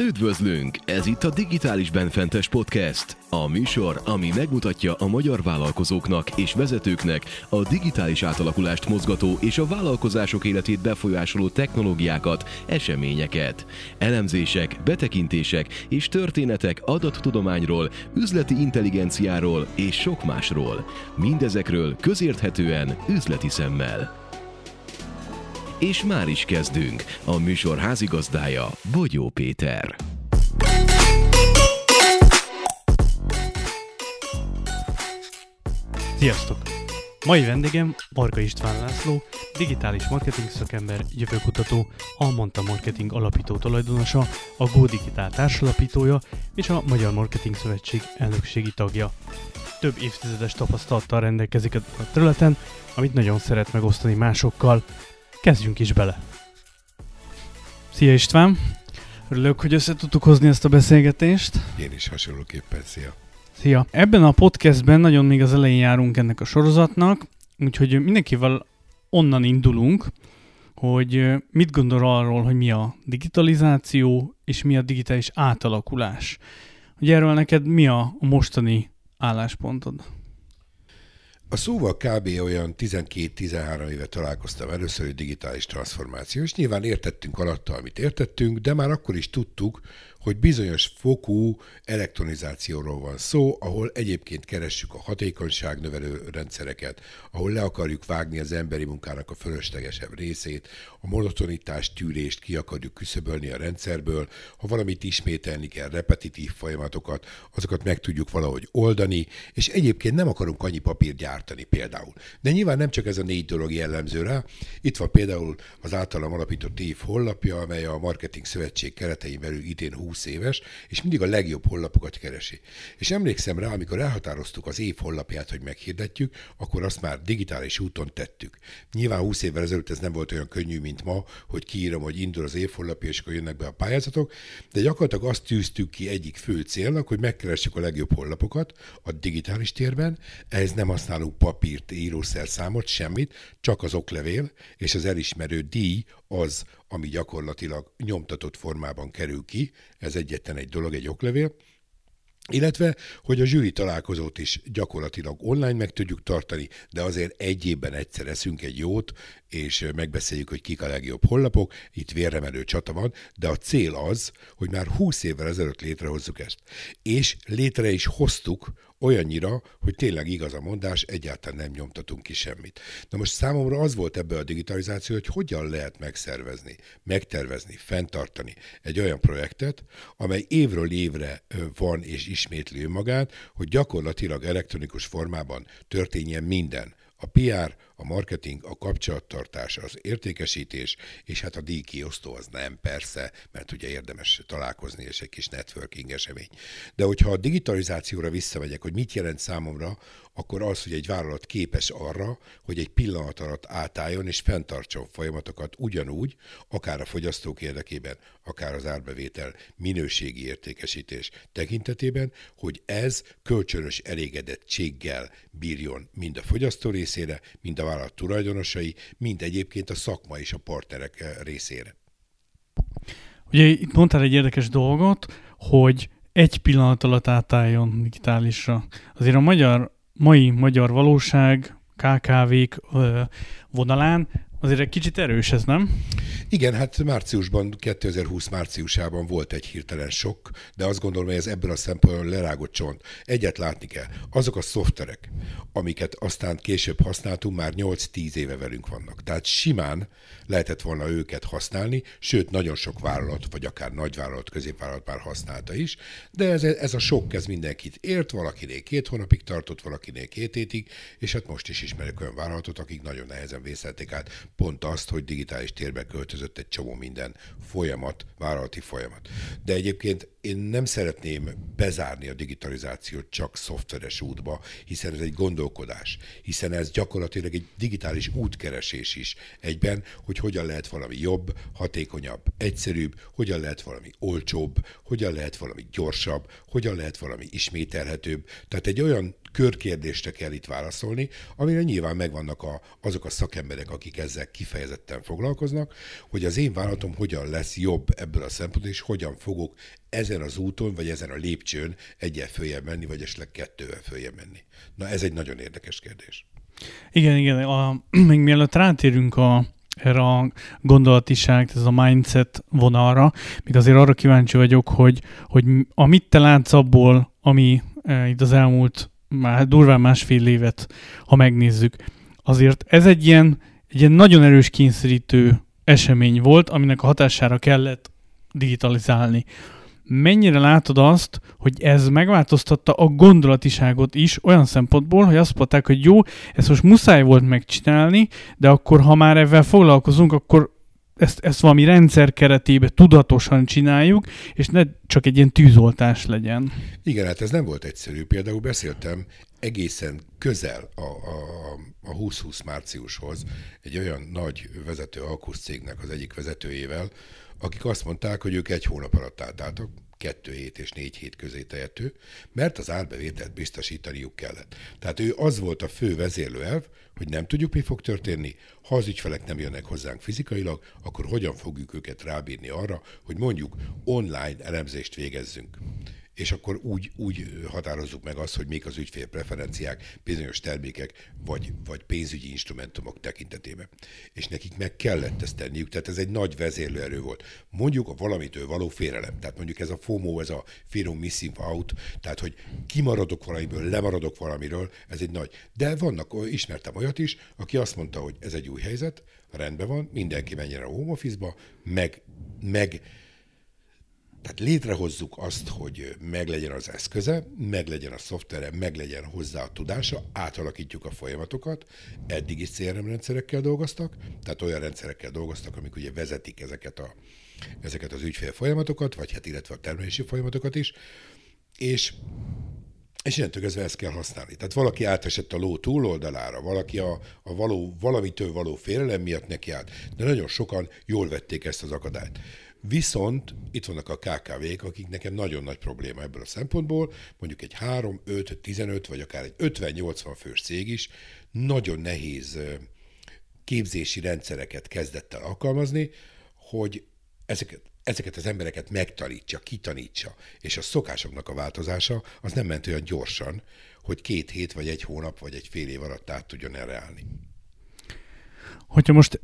Üdvözlünk! Ez itt a Digitális Benfentes Podcast. A műsor, ami megmutatja a magyar vállalkozóknak és vezetőknek a digitális átalakulást mozgató és a vállalkozások életét befolyásoló technológiákat, eseményeket. Elemzések, betekintések és történetek adattudományról, üzleti intelligenciáról és sok másról. Mindezekről közérthetően, üzleti szemmel. És már is kezdünk. A műsor házigazdája Bogyó Péter. Sziasztok! Mai vendégem Varga István László, digitális marketing szakember, jövőkutató, a Monta Marketing alapító tulajdonosa, a Go Digitál társalapítója és a Magyar Marketing Szövetség elnökségi tagja. Több évtizedes tapasztalattal rendelkezik a területen, amit nagyon szeret megosztani másokkal. Kezdjünk is bele! Szia István! Örülök, hogy össze tudtuk hozni ezt a beszélgetést. Én is hasonlóképpen, szia! Szia! Ebben a podcastben nagyon még az elején járunk ennek a sorozatnak, úgyhogy mindenkivel onnan indulunk, hogy mit gondol arról, hogy mi a digitalizáció és mi a digitális átalakulás. Hogy erről neked mi a mostani álláspontod? A szóval kb. Olyan 12-13 éve találkoztam először, hogy digitális transformáció, és nyilván értettünk alatta, amit értettünk, de már akkor is tudtuk, hogy bizonyos fokú elektronizációról van szó, ahol egyébként keressük a hatékonyságnövelő rendszereket, ahol le akarjuk vágni az emberi munkának a fölöslegesebb részét, a monotonitás tűrést ki akarjuk küszöbölni a rendszerből, ha valamit ismételni kell, repetitív folyamatokat, azokat meg tudjuk valahogy oldani, és egyébként nem akarunk annyi papírt gyártani például. De nyilván nem csak ez a 4 dolog jellemző rá. Itt van például az általam alapított év honlapja, amely a Marketing Szövetség keretein belül idén 20 éves, és mindig a legjobb honlapokat keresi. És emlékszem rá, amikor elhatároztuk az év honlapját, hogy meghirdetjük, akkor azt már digitális úton tettük. Nyilván 20 évvel ezelőtt ez nem volt olyan könnyű, mint ma, hogy kiírom, hogy indul az év honlapja, és akkor jönnek be a pályázatok, de gyakorlatilag azt tűztük ki egyik fő célnak, hogy megkeressük a legjobb honlapokat a digitális térben, ehhez nem használunk papírt, írószerszámot, semmit, csak az oklevél, és az elismerő díj az, ami gyakorlatilag nyomtatott formában kerül ki, ez egyetlen egy dolog, egy oklevél, illetve, hogy a zsűri találkozót is gyakorlatilag online meg tudjuk tartani, de azért egy évben egyszer eszünk egy jót, és megbeszéljük, hogy kik a legjobb honlapok, itt vérremelő csata van, de a cél az, hogy már 20 évvel ezelőtt létrehozzuk ezt. És létre is hoztuk olyannyira, hogy tényleg igaz a mondás, egyáltalán nem nyomtatunk ki semmit. Na most számomra az volt ebbe a digitalizáció, hogy hogyan lehet megszervezni, megtervezni, fenntartani egy olyan projektet, amely évről évre van és ismétli önmagát, hogy gyakorlatilag elektronikus formában történjen minden. A PR, a marketing, a kapcsolattartás, az értékesítés, és hát a díjkiosztó az nem, persze, mert ugye érdemes találkozni, és egy kis networking esemény. De hogyha a digitalizációra visszamegyek, hogy mit jelent számomra, akkor az, hogy egy vállalat képes arra, hogy egy pillanat alatt átálljon és fenntartson folyamatokat ugyanúgy, akár a fogyasztók érdekében, akár az árbevétel minőségi értékesítés tekintetében, hogy ez kölcsönös elégedettséggel bírjon mind a fogyasztó részére, mind a vállalat tulajdonosai, mind egyébként a szakma és a partnerek részére. Ugye itt mondtál egy érdekes dolgot, hogy egy pillanat alatt átálljon digitálisra. Azért a mai magyar valóság, KKV-k vonalán azért egy kicsit erős ez, nem? Igen, hát márciusban, 2020 márciusában volt egy hirtelen sok, de azt gondolom, hogy ez ebből a szempontból lerágott csont. Egyet látni kell. Azok a szoftverek, amiket aztán később használtunk, már 8-10 éve velünk vannak. Tehát simán lehetett volna őket használni, sőt, nagyon sok vállalat, vagy akár nagyvállalat, középvállalat már használta is, de ez a sok, ez mindenkit ért, valakinél 2 hónapig tartott, valakinél 2 hétig, és hát most is ismerek olyan vállalatot, akik nagyon nehezen vészelték át pont azt, hogy digitális térbe költözött egy csomó minden folyamat, vállalati folyamat. De egyébként én nem szeretném bezárni a digitalizációt csak szoftveres útba, hiszen ez egy gondolkodás, hiszen ez gyakorlatilag egy digitális útkeresés is egyben, hogy hogyan lehet valami jobb, hatékonyabb, egyszerűbb, hogyan lehet valami olcsóbb, hogyan lehet valami gyorsabb, hogyan lehet valami ismételhetőbb. Tehát egy olyan körkérdésre kell itt válaszolni, amire nyilván megvannak azok a szakemberek, akik ezzel kifejezetten foglalkoznak, hogy az én vállalatom hogyan lesz jobb ebből a szempontból, és hogyan fogok ezen az úton, vagy ezen a lépcsőn egyel följebb menni, vagy esetleg 2-vel följebb menni. Na, ez egy nagyon érdekes kérdés. Igen. Még mielőtt rátérünk erre a gondolatiság, ez a mindset vonalra, még azért arra kíváncsi vagyok, hogy amit te látsz abból, ami itt az elmúlt durván másfél évet, ha megnézzük, azért ez egy ilyen nagyon erős kényszerítő esemény volt, aminek a hatására kellett digitalizálni. Mennyire látod azt, hogy ez megváltoztatta a gondolatiságot is olyan szempontból, hogy azt mondták, hogy jó, ezt most muszáj volt megcsinálni, de akkor, ha már ezzel foglalkozunk, akkor ezt valami rendszer keretében tudatosan csináljuk, és ne csak egy ilyen tűzoltás legyen. Igen, hát ez nem volt egyszerű. Például beszéltem egészen közel a 2020 márciushoz egy olyan nagy vezető alkuszcégnek az egyik vezetőjével, akik azt mondták, hogy ők 1 hónap alatt átálltak, 2 hét és 4 hét közé tehető, mert az árbevételt biztosítaniuk kellett. Tehát ő az volt a fő vezérlőelv, hogy nem tudjuk, mi fog történni, ha az ügyfelek nem jönnek hozzánk fizikailag, akkor hogyan fogjuk őket rábírni arra, hogy mondjuk online elemzést végezzünk. És akkor úgy határozzuk meg azt, hogy mik az ügyfél preferenciák bizonyos termékek vagy pénzügyi instrumentumok tekintetében. És nekik meg kellett ezt tenniük, tehát ez egy nagy vezérlőerő volt. Mondjuk a valamitől való félelem, tehát mondjuk ez a FOMO, ez a Fear of Missing Out, tehát hogy kimaradok valamiből, lemaradok valamiről, ez egy nagy. De ismertem olyat is, aki azt mondta, hogy ez egy új helyzet, rendben van, mindenki menjen a home office-ba, tehát létrehozzuk azt, hogy meglegyen az eszköze, meglegyen a szoftvere, meglegyen hozzá a tudása, átalakítjuk a folyamatokat. Eddig is CRM rendszerekkel dolgoztak, tehát olyan rendszerekkel dolgoztak, amik ugye vezetik ezeket az ügyfél folyamatokat, vagy hát illetve a termelési folyamatokat is, és innentől kezdve ezt kell használni. Tehát valaki átesett a ló túloldalára, valaki valamitől való félelem miatt nekiállt, de nagyon sokan jól vették ezt az akadályt. Viszont itt vannak a KKV-k, akik nekem nagyon nagy probléma ebből a szempontból, mondjuk egy 3, 5, 15 vagy akár egy 50-80 fős cég is nagyon nehéz képzési rendszereket kezdett el alkalmazni, hogy ezeket az embereket megtanítsa, kitanítsa, és a szokásoknak a változása az nem ment olyan gyorsan, hogy 2 hét, vagy 1 hónap, vagy egy fél év alatt át tudjon erre állni. Hogyha most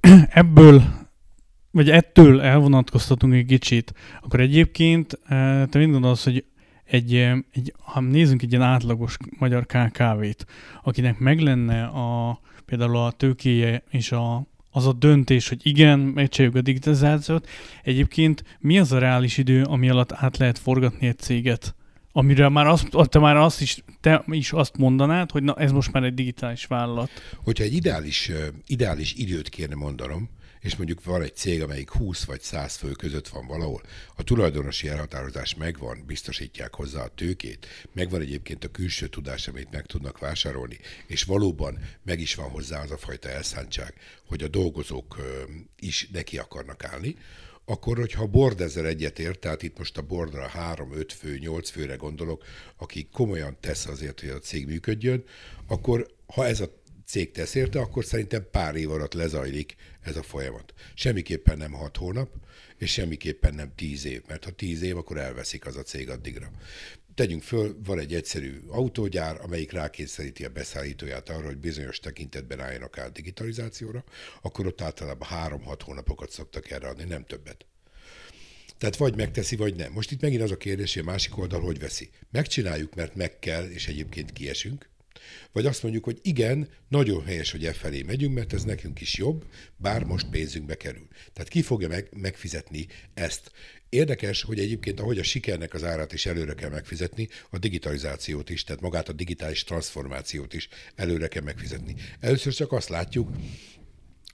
ettől elvonatkoztatunk egy kicsit, akkor egyébként te mit gondolsz, hogy ha nézzünk egy ilyen átlagos magyar KKV-t, akinek meg lenne például a tőkéje és az a döntés, hogy igen, megcsináljuk a digitalizációt, egyébként mi az a reális idő, ami alatt át lehet forgatni egy céget? Amire te is azt mondanád, hogy na ez most már egy digitális vállalat. Hogyha egy ideális időt kéne mondanom, és mondjuk van egy cég, amelyik 20 vagy 100 fő között van valahol, a tulajdonosi elhatározás megvan, biztosítják hozzá a tőkét, megvan egyébként a külső tudás, amit meg tudnak vásárolni, és valóban meg is van hozzá az a fajta elszántság, hogy a dolgozók is neki akarnak állni, akkor, hogyha a board ezzel egyetért, tehát itt most a boardra 3, 5 fő, 8 főre gondolok, aki komolyan tesz azért, hogy a cég működjön, akkor ha ez a cég tesz érte, akkor szerintem pár év alatt lezajlik ez a folyamat. Semmiképpen nem 6 hónap, és semmiképpen nem 10 év, mert ha 10 év, akkor elveszik az a cég addigra. Tegyünk föl, van egy egyszerű autógyár, amelyik rákényszeríti a beszállítóját arra, hogy bizonyos tekintetben álljanak át digitalizációra, akkor ott általában 3-6 hónapokat szoktak erre adni, nem többet. Tehát vagy megteszi, vagy nem. Most itt megint az a kérdés, hogy a másik oldal hogy veszi. Megcsináljuk, mert meg kell, és egyébként kiesünk. Vagy azt mondjuk, hogy igen, nagyon helyes, hogy felé megyünk, mert ez nekünk is jobb, bár most pénzünkbe kerül. Tehát ki fogja megfizetni ezt? Érdekes, hogy egyébként ahogy a sikernek az árát is előre kell megfizetni, a digitalizációt is, tehát magát a digitális transformációt is előre kell megfizetni. Először csak azt látjuk,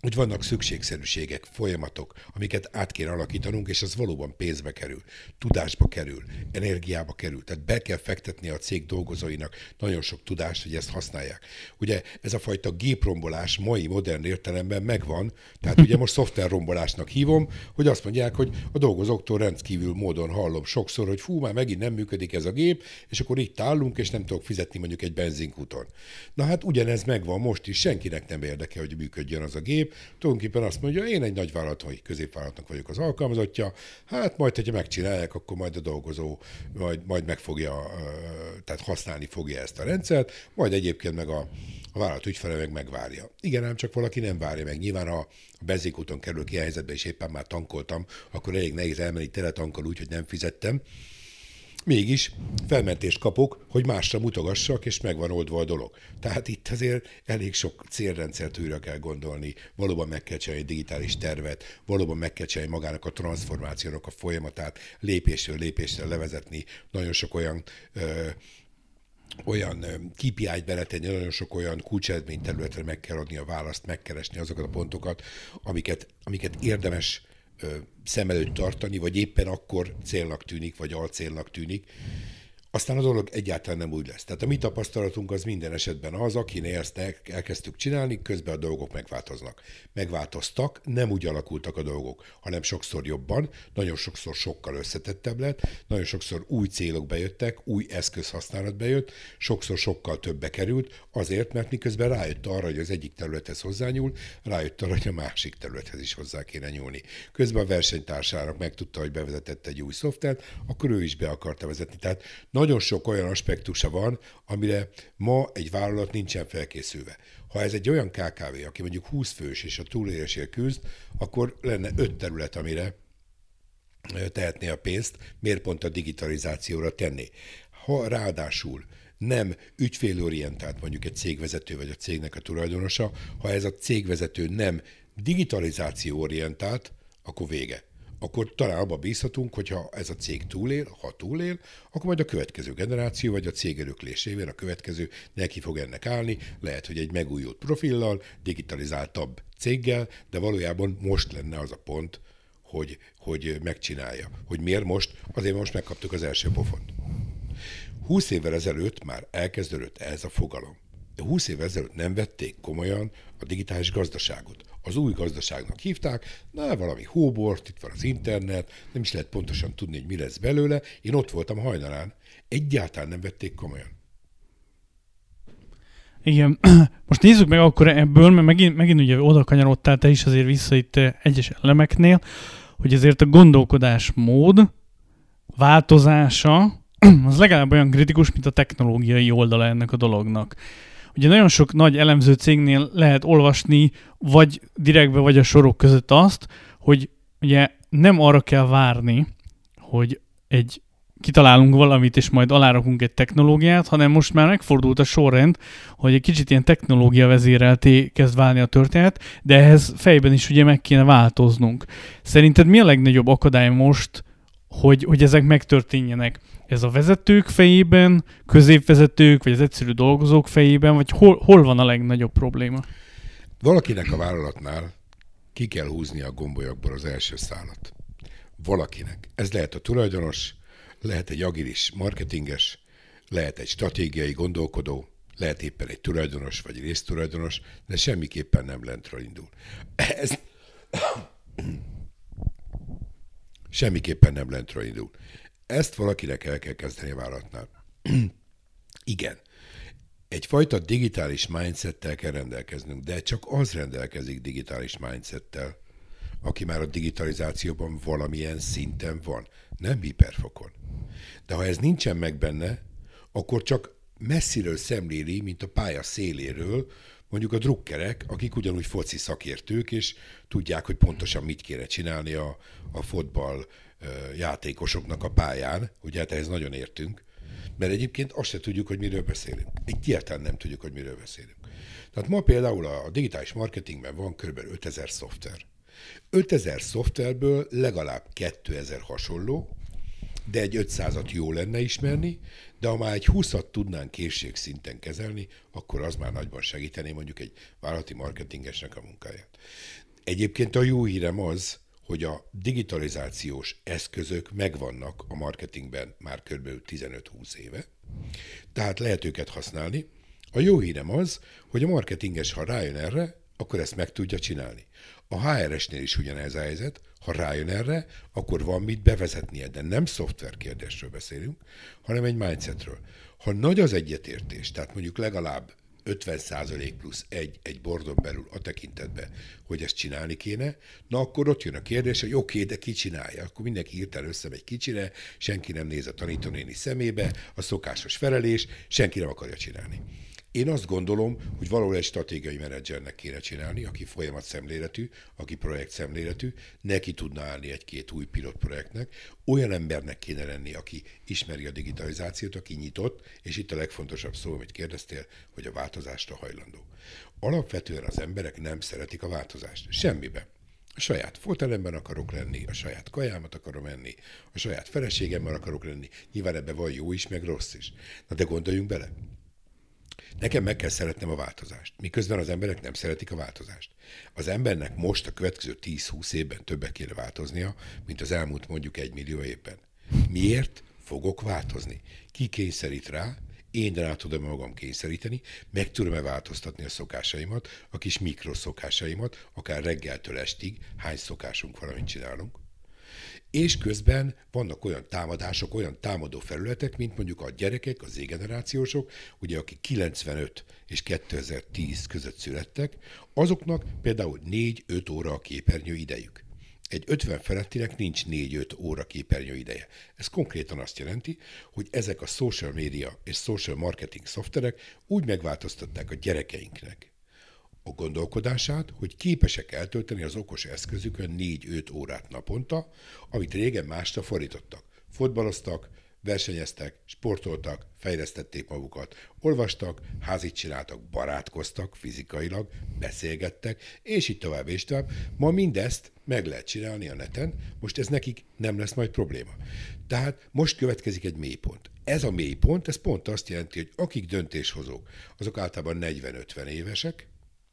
hogy vannak szükségszerűségek, folyamatok, amiket át kéne alakítanunk, és az valóban pénzbe kerül, tudásba kerül, energiába kerül. Tehát be kell fektetni a cég dolgozóinak nagyon sok tudást, hogy ezt használják. Ugye ez a fajta géprombolás mai modern értelemben megvan, tehát ugye most szoftverrombolásnak hívom, hogy azt mondják, hogy a dolgozóktól rendkívül módon hallom sokszor, hogy fú, már megint nem működik ez a gép, és akkor itt állunk, és nem tudok fizetni mondjuk egy benzinkúton. Na hát ugyanez megvan most is, senkinek nem érdekel, hogy működjön az a gép. Tulajdonképpen azt mondja, én egy nagy vállalat, vagy középvállalatnak vagyok az alkalmazottja, hát majd, hogyha megcsinálják, akkor majd a dolgozó majd meg fogja, tehát használni fogja ezt a rendszert, majd egyébként meg a vállalat ügyfele meg megvárja. Igen, ám csak valaki nem várja meg. Nyilván, ha a benzinkúton kerül ki a helyzetbe, és éppen már tankoltam, akkor elég nehéz elmenni teletankol úgy, hogy nem fizettem. Mégis felmentést kapok, hogy másra mutogassak, és meg van oldva a dolog. Tehát itt azért elég sok célrendszert újra kell gondolni, valóban meg kell csinálni egy digitális tervet, valóban meg kell csinálni magának a transformációnak a folyamatát, lépésről lépésre levezetni, nagyon sok olyan KPI-t beletenni, nagyon sok olyan kulcseredményterületre meg kell adni a választ, megkeresni azokat a pontokat, amiket érdemes szem előtt tartani, vagy éppen akkor célnak tűnik, vagy alcélnak tűnik. Aztán a dolog egyáltalán nem úgy lesz. Tehát a mi tapasztalatunk az minden esetben az, akinél ezt elkezdtük csinálni, közben a dolgok megváltoznak. Megváltoztak, nem úgy alakultak a dolgok, hanem sokszor jobban, nagyon sokszor sokkal összetettebb lett, nagyon sokszor új célok bejöttek, új eszközhasználat bejött, sokszor sokkal többbe került, azért, mert miközben rájött arra, hogy az egyik területhez hozzányúl, rájött arra, hogy a másik területhez is hozzá kéne nyúlni. Közben a versenytársának megtudta, hogy bevezetett egy új szoftvert, akkor ő is be akarta vezetni. Tehát nagyon sok olyan aspektusa van, amire ma egy vállalat nincsen felkészülve. Ha ez egy olyan KKV, aki mondjuk 20 fős és a túlélésért küzd, akkor lenne 5 terület, amire tehetné a pénzt, miért pont a digitalizációra tenné. Ha ráadásul nem ügyfélorientált mondjuk egy cégvezető vagy a cégnek a tulajdonosa, ha ez a cégvezető nem digitalizációorientált, akkor vége. Akkor talán abban bízhatunk, hogyha ez a cég túlél, ha túlél, akkor majd a következő generáció, vagy a cég öröklésével a következő neki fog ennek állni, lehet, hogy egy megújult profillal, digitalizáltabb céggel, de valójában most lenne az a pont, hogy megcsinálja. Hogy miért most? Azért most megkaptuk az első pofont. 20 évvel ezelőtt már elkezdődött ez a fogalom. De 20 évvel ezelőtt nem vették komolyan a digitális gazdaságot. Az új gazdaságnak hívták, valami hóbort, itt van az internet, nem is lehet pontosan tudni, hogy mi lesz belőle. Én ott voltam hajnalán, egyáltalán nem vették komolyan. Igen, most nézzük meg akkor ebből, mert megint ugye oda kanyarodtál te is azért vissza itt egyes elemeknél, hogy azért a gondolkodásmód változása az legalább olyan kritikus, mint a technológiai oldala ennek a dolognak. Ugye nagyon sok nagy elemző cégnél lehet olvasni, vagy direktbe, vagy a sorok között azt, hogy ugye nem arra kell várni, hogy kitalálunk valamit, és majd alárakunk egy technológiát, hanem most már megfordult a sorrend, hogy egy kicsit ilyen technológia vezérelté kezd válni a történet, de ehhez fejben is ugye meg kéne változnunk. Szerinted mi a legnagyobb akadály most, hogy ezek megtörténjenek? Ez a vezetők fejében, középvezetők, vagy az egyszerű dolgozók fejében, vagy hol van a legnagyobb probléma? Valakinek a vállalatnál ki kell húzni a gombolyakból az első szálat. Valakinek. Ez lehet a tulajdonos, lehet egy agilis marketinges, lehet egy stratégiai gondolkodó, lehet éppen egy tulajdonos vagy résztulajdonos, de semmiképpen nem lentről indul. Semmiképpen nem lentről indul. Ezt valakinek el kell kezdeni a vállalatnál. Igen. Egyfajta digitális mindsettel kell rendelkeznünk, de csak az rendelkezik digitális mindsettel, aki már a digitalizációban valamilyen szinten van, nem hiperfokon. De ha ez nincsen meg benne, akkor csak messziről szemléli, mint a pálya széléről, mondjuk a drukkerek, akik ugyanúgy foci szakértők, és tudják, hogy pontosan mit kéne csinálni a fotball játékosoknak a pályán, ugye hát ehhez nagyon értünk, mert egyébként azt se tudjuk, hogy miről beszélünk. Egyáltalán nem tudjuk, hogy miről beszélünk. Tehát ma például a digitális marketingben van kb. 5000 szoftver. 5000 szoftverből legalább 2000 hasonló, de egy 500-at jó lenne ismerni, de ha már egy 20-at tudnánk készségszinten kezelni, akkor az már nagyban segítené mondjuk egy vállalati marketingesnek a munkáját. Egyébként a jó hírem az, hogy a digitalizációs eszközök megvannak a marketingben már kb. 15-20 éve, tehát lehet őket használni. A jó hírem az, hogy a marketinges, ha rájön erre, akkor ezt meg tudja csinálni. A HRS-nél is ugyanez a helyzet, ha rájön erre, akkor van mit bevezetnie, de nem szoftver kérdésről beszélünk, hanem egy mindsetről. Ha nagy az egyetértés, tehát mondjuk legalább 50% plusz egy bordon belül a tekintetben, hogy ezt csinálni kéne, na akkor ott jön a kérdés, hogy oké, de ki csinálja? Akkor mindenki hirtelen összemegy kicsire, senki nem néz a tanítónéni szemébe, a szokásos felelés, senki nem akarja csinálni. Én azt gondolom, hogy valahol egy stratégiai menedzsernek kéne csinálni, aki folyamat szemléletű, aki projekt szemléletű, neki tudna állni egy-két új pilotprojektnek, olyan embernek kéne lenni, aki ismeri a digitalizációt, aki nyitott, és itt a legfontosabb szó, amit kérdeztél, hogy a változásra hajlandó. Alapvetően az emberek nem szeretik a változást. Semmiben. A saját fotelemben akarok lenni, a saját kajámat akarom enni, a saját feleségemmel akarok lenni. Nyilván ebben van jó is, meg rossz is. Na de gondoljunk bele. Nekem meg kell szeretnem a változást, miközben az emberek nem szeretik a változást. Az embernek most a következő 10-20 évben többet kéne változnia, mint az elmúlt mondjuk 1 millió évben. Miért fogok változni? Ki kényszerít rá? Én rá tudom magam kényszeríteni, meg tudom-e változtatni a szokásaimat, a kis mikroszokásaimat, akár reggeltől estig, hány szokásunk van, amit csinálunk. És közben vannak olyan támadások, olyan támadó felületek, mint mondjuk a gyerekek, az Z-generációsok, ugye akik 95 és 2010 között születtek, azoknak például 4-5 óra a képernyő idejük. Egy 50 felettinek nincs 4-5 óra képernyő ideje. Ez konkrétan azt jelenti, hogy ezek a social media és social marketing szoftverek úgy megváltoztatták a gyerekeinknek a gondolkodását, hogy képesek eltölteni az okos eszközükön 4-5 órát naponta, amit régen másra fordítottak. Fotbaloztak, versenyeztek, sportoltak, fejlesztették magukat, olvastak, házit csináltak, barátkoztak fizikailag, beszélgettek, és így tovább és tovább. Ma mindezt meg lehet csinálni a neten, most ez nekik nem lesz majd probléma. Tehát most következik egy mélypont. Ez a mélypont, ez pont azt jelenti, hogy akik döntéshozók, azok általában 40-50 évesek,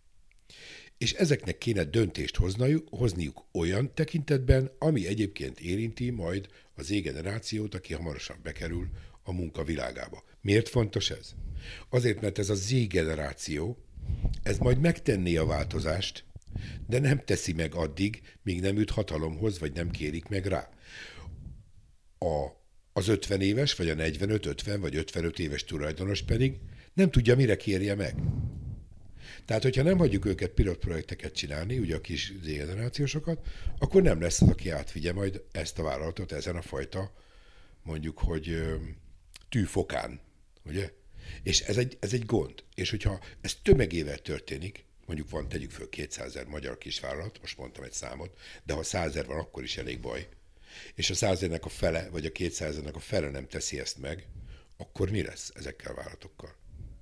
és ezeknek kéne döntést hozniuk olyan tekintetben, ami egyébként érinti majd az Z-generációt, aki hamarosan bekerül a munka világába. Miért fontos ez? Azért, mert ez a Z-generáció, ez majd megtenné a változást, de nem teszi meg addig, míg nem jut hatalomhoz, vagy nem kérik meg rá. Az 50 éves, vagy a 45, 50, vagy 55 éves tulajdonos pedig nem tudja, mire kérje meg. Tehát, hogyha nem hagyjuk őket pilotprojekteket csinálni, ugye a kis Z-generációsokat, akkor nem lesz az, aki átvigye majd ezt a vállalatot ezen a fajta, mondjuk, hogy tűfokán, ugye? És ez egy gond. És hogyha ez tömegével történik, mondjuk van, tegyük föl 200 000 magyar kisvállalat, most mondtam egy számot, de ha 100 000 van, akkor is elég baj. És a 100 000-nek a fele, vagy a 200 000-nek a fele nem teszi ezt meg, akkor mi lesz ezekkel a vállalatokkal?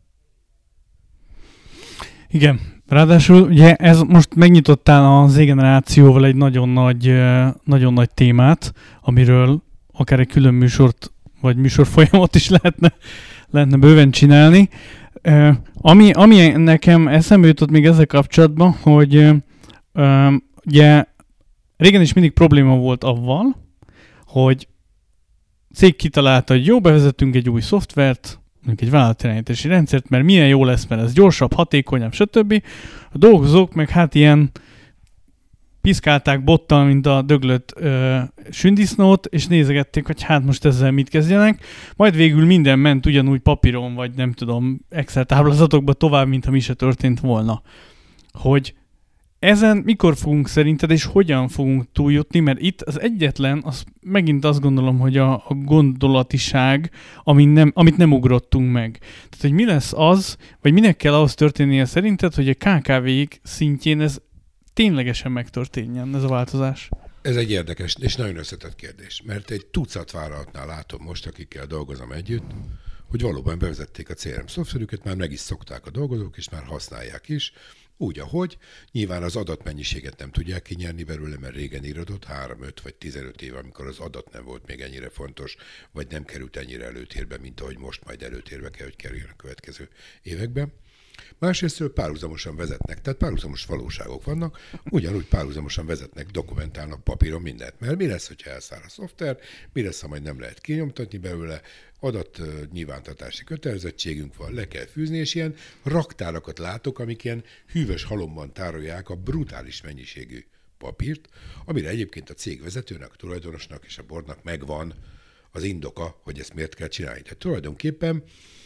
Igen, ráadásul ugye ez most megnyitottál a Z-generációval egy nagyon nagy témát, amiről akár egy külön műsort, vagy műsorfolyamot is lehetne bőven csinálni. Ami nekem eszembe jutott még ezzel kapcsolatban, hogy ugye régen is mindig probléma volt avval, hogy cég kitalálta, hogy jó, bevezetünk egy új szoftvert, mondjuk egy vállalatirányítási rendszert, mert milyen jó lesz, mert ez gyorsabb, hatékonyabb, stb. A dolgozók meg hát ilyen piszkálták bottal, mint a döglött sündisznót, és nézegették, hogy hát most ezzel mit kezdjenek. Majd végül minden ment ugyanúgy papíron, vagy nem tudom, Excel táblázatokba tovább, mintha mi se történt volna. Hogy ezen mikor fogunk szerinted, és hogyan fogunk túljutni, mert itt az egyetlen, megint azt gondolom, hogy a gondolatiság, amit nem ugrottunk meg. Tehát, hogy mi lesz az, vagy minek kell ahhoz történnie szerinted, hogy a KKV-k szintjén ez ténylegesen megtörténjen, ez a változás? Ez egy érdekes és nagyon összetett kérdés, mert egy tucat vállalatnál látom most, akikkel dolgozom együtt, hogy valóban bevezették a CRM szoftverüket, már meg is szokták a dolgozók, és már használják is, Úgy, ahogy nyilván az adatmennyiséget nem tudják kinyerni belőle, mert régen irodott, 3, 5 vagy 15 év, amikor az adat nem volt még ennyire fontos, vagy nem került ennyire előtérbe, mint ahogy most majd előtérbe kell, hogy kerüljön a következő években. Másrésztről párhuzamosan vezetnek, tehát párhuzamos valóságok vannak, ugyanúgy párhuzamosan vezetnek, dokumentálnak papíron mindent. Mert mi lesz, hogyha elszáll a szoftver, mi lesz, ha majd nem lehet kinyomtatni belőle, adat nyilvántartási kötelezettségünk van, le kell fűzni, és ilyen raktárakat látok, amik ilyen hűvös halomban tárolják a brutális mennyiségű papírt, amire egyébként a cégvezetőnek, a tulajdonosnak és a boardnak megvan az indoka, hogy ezt miért kell csinálni. Tehát tulajdonképpen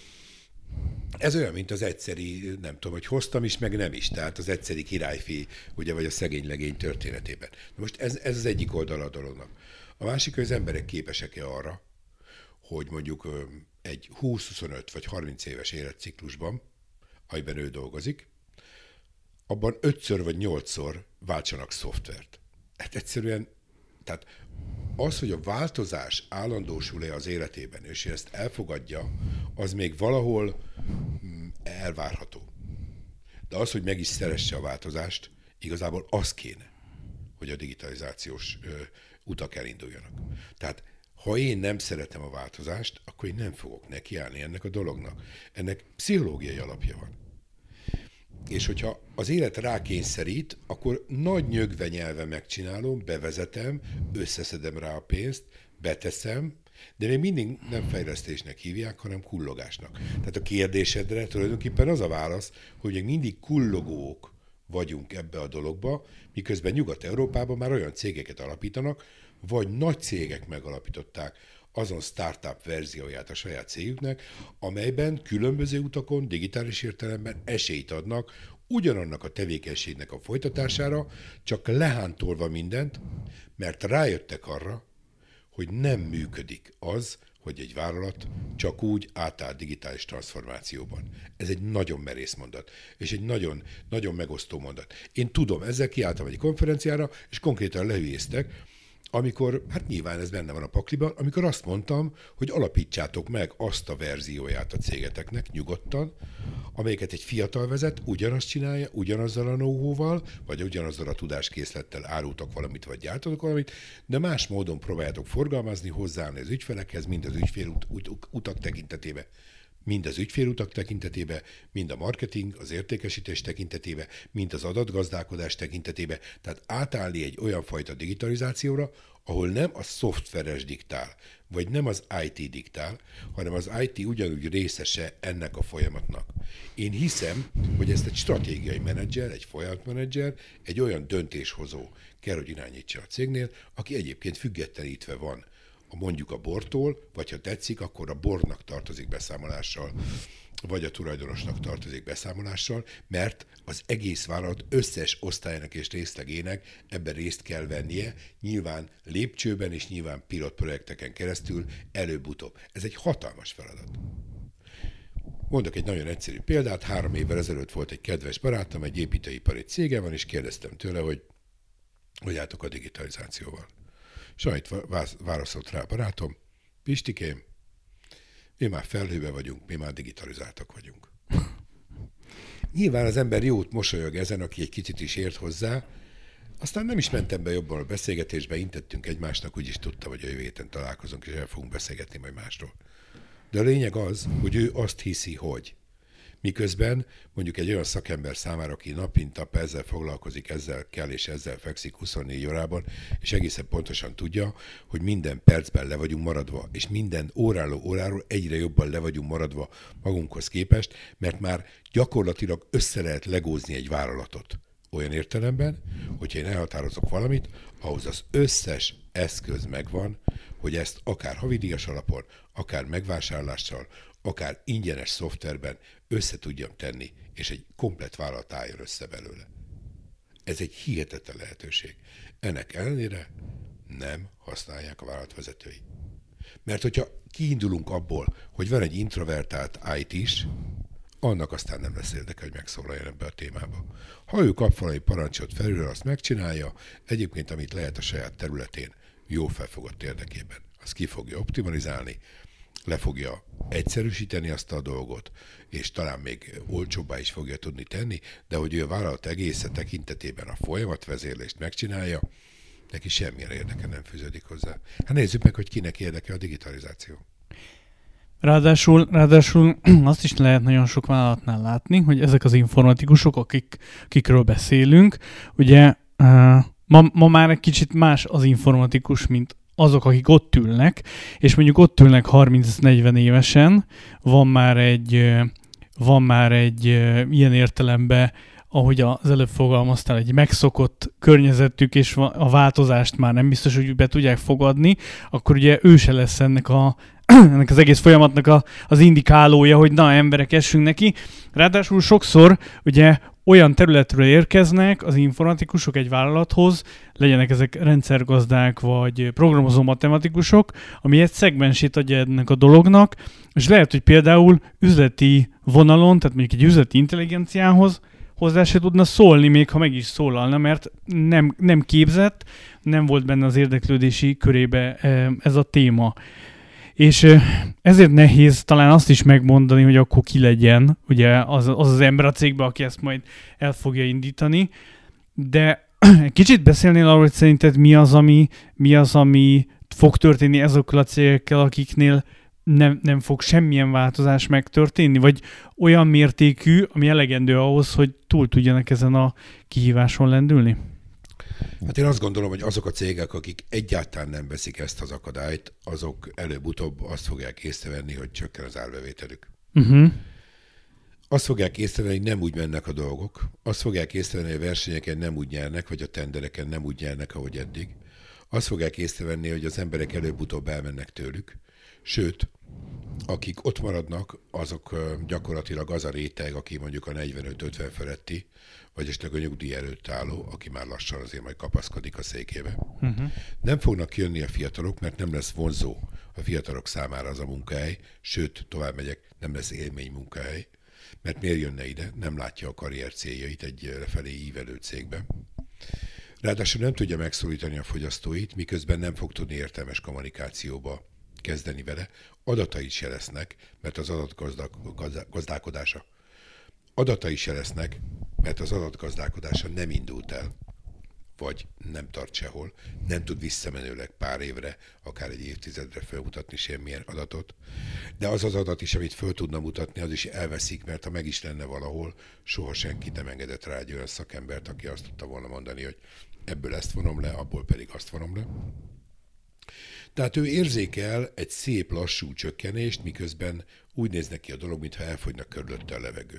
ez olyan, mint az egyszeri, nem tudom, hogy hoztam is, meg nem is, tehát az egyszeri királyfi, ugye, vagy a szegény legény történetében. Most ez az egyik oldala a dolognak. A másik, hogy az emberek képesek-e arra, hogy mondjuk egy 20-25 vagy 30 éves életciklusban, amiben ő dolgozik, abban 5-ször vagy 8-szor váltsanak szoftvert. Hát egyszerűen, tehát az, hogy a változás állandósul-e az életében, és ezt elfogadja, az még valahol elvárható. De az, hogy meg is szeresse a változást, igazából az kéne, hogy a digitalizációs utak elinduljanak. Tehát ha én nem szeretem a változást, akkor én nem fogok nekiállni ennek a dolognak. Ennek pszichológiai alapja van. És hogyha az élet rákényszerít, akkor nagy nyögve nyelve megcsinálom, bevezetem, összeszedem rá a pénzt, beteszem, de még mindig nem fejlesztésnek hívják, hanem kullogásnak. Tehát a kérdésedre tulajdonképpen az a válasz, hogy még mindig kullogók vagyunk ebbe a dologba, miközben Nyugat-Európában már olyan cégeket alapítanak, vagy nagy cégek megalapították azon startup verzióját a saját cégüknek, amelyben különböző utakon, digitális értelemben esélyt adnak ugyanannak a tevékenységnek a folytatására, csak lehántolva mindent, mert rájöttek arra, hogy nem működik az, hogy egy vállalat csak úgy átáll digitális transformációban. Ez egy nagyon merész mondat, és egy nagyon, nagyon megosztó mondat. Én tudom, ezzel kiálltam egy konferenciára, és konkrétan lehülyéztek, amikor, hát nyilván ez benne van a pakliban, amikor azt mondtam, hogy alapítsátok meg azt a verzióját a cégeteknek nyugodtan, amelyiket egy fiatal vezet, ugyanazt csinálja, ugyanazzal a know-how-val, vagy ugyanazzal a tudáskészlettel árultak valamit, vagy gyártatok valamit, de más módon próbáljátok forgalmazni, hozzáállni az ügyfelekhez, mind az ügyfélutak tekintetében. Mind az ügyfélutak tekintetében, mind a marketing, az értékesítés tekintetében, mind az adatgazdálkodás tekintetében. Tehát átállni egy olyan fajta digitalizációra, ahol nem a szoftveres diktál, vagy nem az IT diktál, hanem az IT ugyanúgy részese ennek a folyamatnak. Én hiszem, hogy ezt egy stratégiai menedzser, egy folyamatmenedzser, egy olyan döntéshozó kell, hogy irányítsa a cégnél, aki egyébként függetlenítve van mondjuk a boardtól, vagy ha tetszik, akkor a boardnak tartozik beszámolással, vagy a tulajdonosnak tartozik beszámolással, mert az egész vállalat összes osztályának és részlegének ebben részt kell vennie, nyilván lépcsőben és nyilván pilotprojekteken keresztül előbb-utóbb. Ez egy hatalmas feladat. Mondok egy nagyon egyszerű példát. 3 évvel ezelőtt volt egy kedves barátom, egy építőipari cége van, és kérdeztem tőle, hogy álltok a digitalizációval. Sajt válaszolt rá a barátom: Pistikém, mi már felhőbe vagyunk, mi már digitalizáltak vagyunk. Nyilván az ember jót mosolyog ezen, aki egy kicsit is ért hozzá, aztán nem is mentem be jobban a beszélgetésbe, intettünk egymásnak, úgyis tudta, hogy a jövő héten találkozunk, és el fogunk beszélgetni majd másról. De a lényeg az, hogy ő azt hiszi, hogy miközben mondjuk egy olyan szakember számára, aki nap mint nap ezzel foglalkozik, ezzel kell és ezzel fekszik 24 órában, és egészen pontosan tudja, hogy minden percben le vagyunk maradva, és minden óráról egyre jobban le vagyunk maradva magunkhoz képest, mert már gyakorlatilag össze lehet legózni egy vállalatot. Olyan értelemben, hogyha én elhatározok valamit, ahhoz az összes eszköz megvan, hogy ezt akár havidíjas alapon, akár megvásárlással, akár ingyenes szoftverben össze tudjam tenni, és egy komplett vállalat álljon össze belőle. Ez egy hihetetlen lehetőség. Ennek ellenére nem használják a vállalatvezetői. Mert hogyha kiindulunk abból, hogy van egy introvertált IT is, annak aztán nem lesz érdeke, hogy megszólaljon ebbe a témába. Ha ő kap valami parancsot felülről, azt megcsinálja, egyébként amit lehet a saját területén, jó felfogott érdekében. Azt ki fogja optimalizálni, le fogja egyszerűsíteni azt a dolgot, és talán még olcsóbbá is fogja tudni tenni, de hogy ő a vállalat egésze tekintetében a folyamatvezérlést megcsinálja, neki semmilyen érdeke nem fűződik hozzá. Hát nézzük meg, hogy kinek érdeke a digitalizáció. Ráadásul azt is lehet nagyon sok vállalatnál látni, hogy ezek az informatikusok, akikről beszélünk, ugye ma már egy kicsit más az informatikus, mint azok, akik ott ülnek, és mondjuk ott ülnek 30-40 évesen, van már egy ilyen értelemben, ahogy az előbb fogalmaztál, egy megszokott környezetük, és a változást már nem biztos, hogy be tudják fogadni, akkor ugye ő se lesz ennek az egész folyamatnak az indikálója, hogy na, emberek, essünk neki. Ráadásul sokszor ugye olyan területről érkeznek az informatikusok egy vállalathoz, legyenek ezek rendszergazdák vagy programozó matematikusok, ami egy szegmensét adja ennek a dolognak, és lehet, hogy például üzleti vonalon, tehát mondjuk egy üzleti intelligenciához hozzá se tudna szólni, még ha meg is szólalna, mert nem képzett, nem volt benne az érdeklődési körébe ez a téma. És ezért nehéz talán azt is megmondani, hogy akkor ki legyen ugye az ember a cégben, aki ezt majd el fogja indítani. De kicsit beszélnél arról, hogy szerinted mi az, ami fog történni ezokkal a cégekkel, akiknél nem fog semmilyen változás megtörténni, vagy olyan mértékű, ami elegendő ahhoz, hogy túl tudjanak ezen a kihíváson lendülni? Hát én azt gondolom, hogy azok a cégek, akik egyáltalán nem veszik ezt az akadályt, azok előbb-utóbb azt fogják észrevenni, hogy csökken az árbevételük. Uh-huh. Azt fogják észrevenni, hogy nem úgy mennek a dolgok. Azt fogják észrevenni, hogy a versenyeken nem úgy nyernek, vagy a tendereken nem úgy nyernek, ahogy eddig. Azt fogják észrevenni, hogy az emberek előbb-utóbb elmennek tőlük. Sőt, akik ott maradnak, azok gyakorlatilag az a réteg, aki mondjuk a 45-50 feletti, vagy esetleg a nyugdíj előtt álló, aki már lassan azért majd kapaszkodik a székébe. Uh-huh. Nem fognak jönni a fiatalok, mert nem lesz vonzó a fiatalok számára az a munkahely, sőt, tovább megyek, nem lesz élmény munkahely, mert miért jönne ide? Nem látja a karrier céljait egy lefelé ívelő cégben. Ráadásul nem tudja megszólítani a fogyasztóit, miközben nem fog tudni értelmes kommunikációba kezdeni vele. Adatai se lesznek, mert az adatgazdálkodása. Adatai se lesznek, mert az adatgazdálkodása nem indult el, vagy nem tart sehol, nem tud visszamenőleg pár évre, akár egy évtizedre felmutatni semmilyen adatot, de az az adat is, amit föl tudna mutatni, az is elveszik, mert ha meg is lenne valahol, soha senki nem engedett rá egy olyan szakembert, aki azt tudta volna mondani, hogy ebből ezt vonom le, abból pedig azt vonom le. Tehát ő érzékel egy szép lassú csökkenést, miközben úgy néz neki a dolog, mintha elfogyna körülötte a levegő.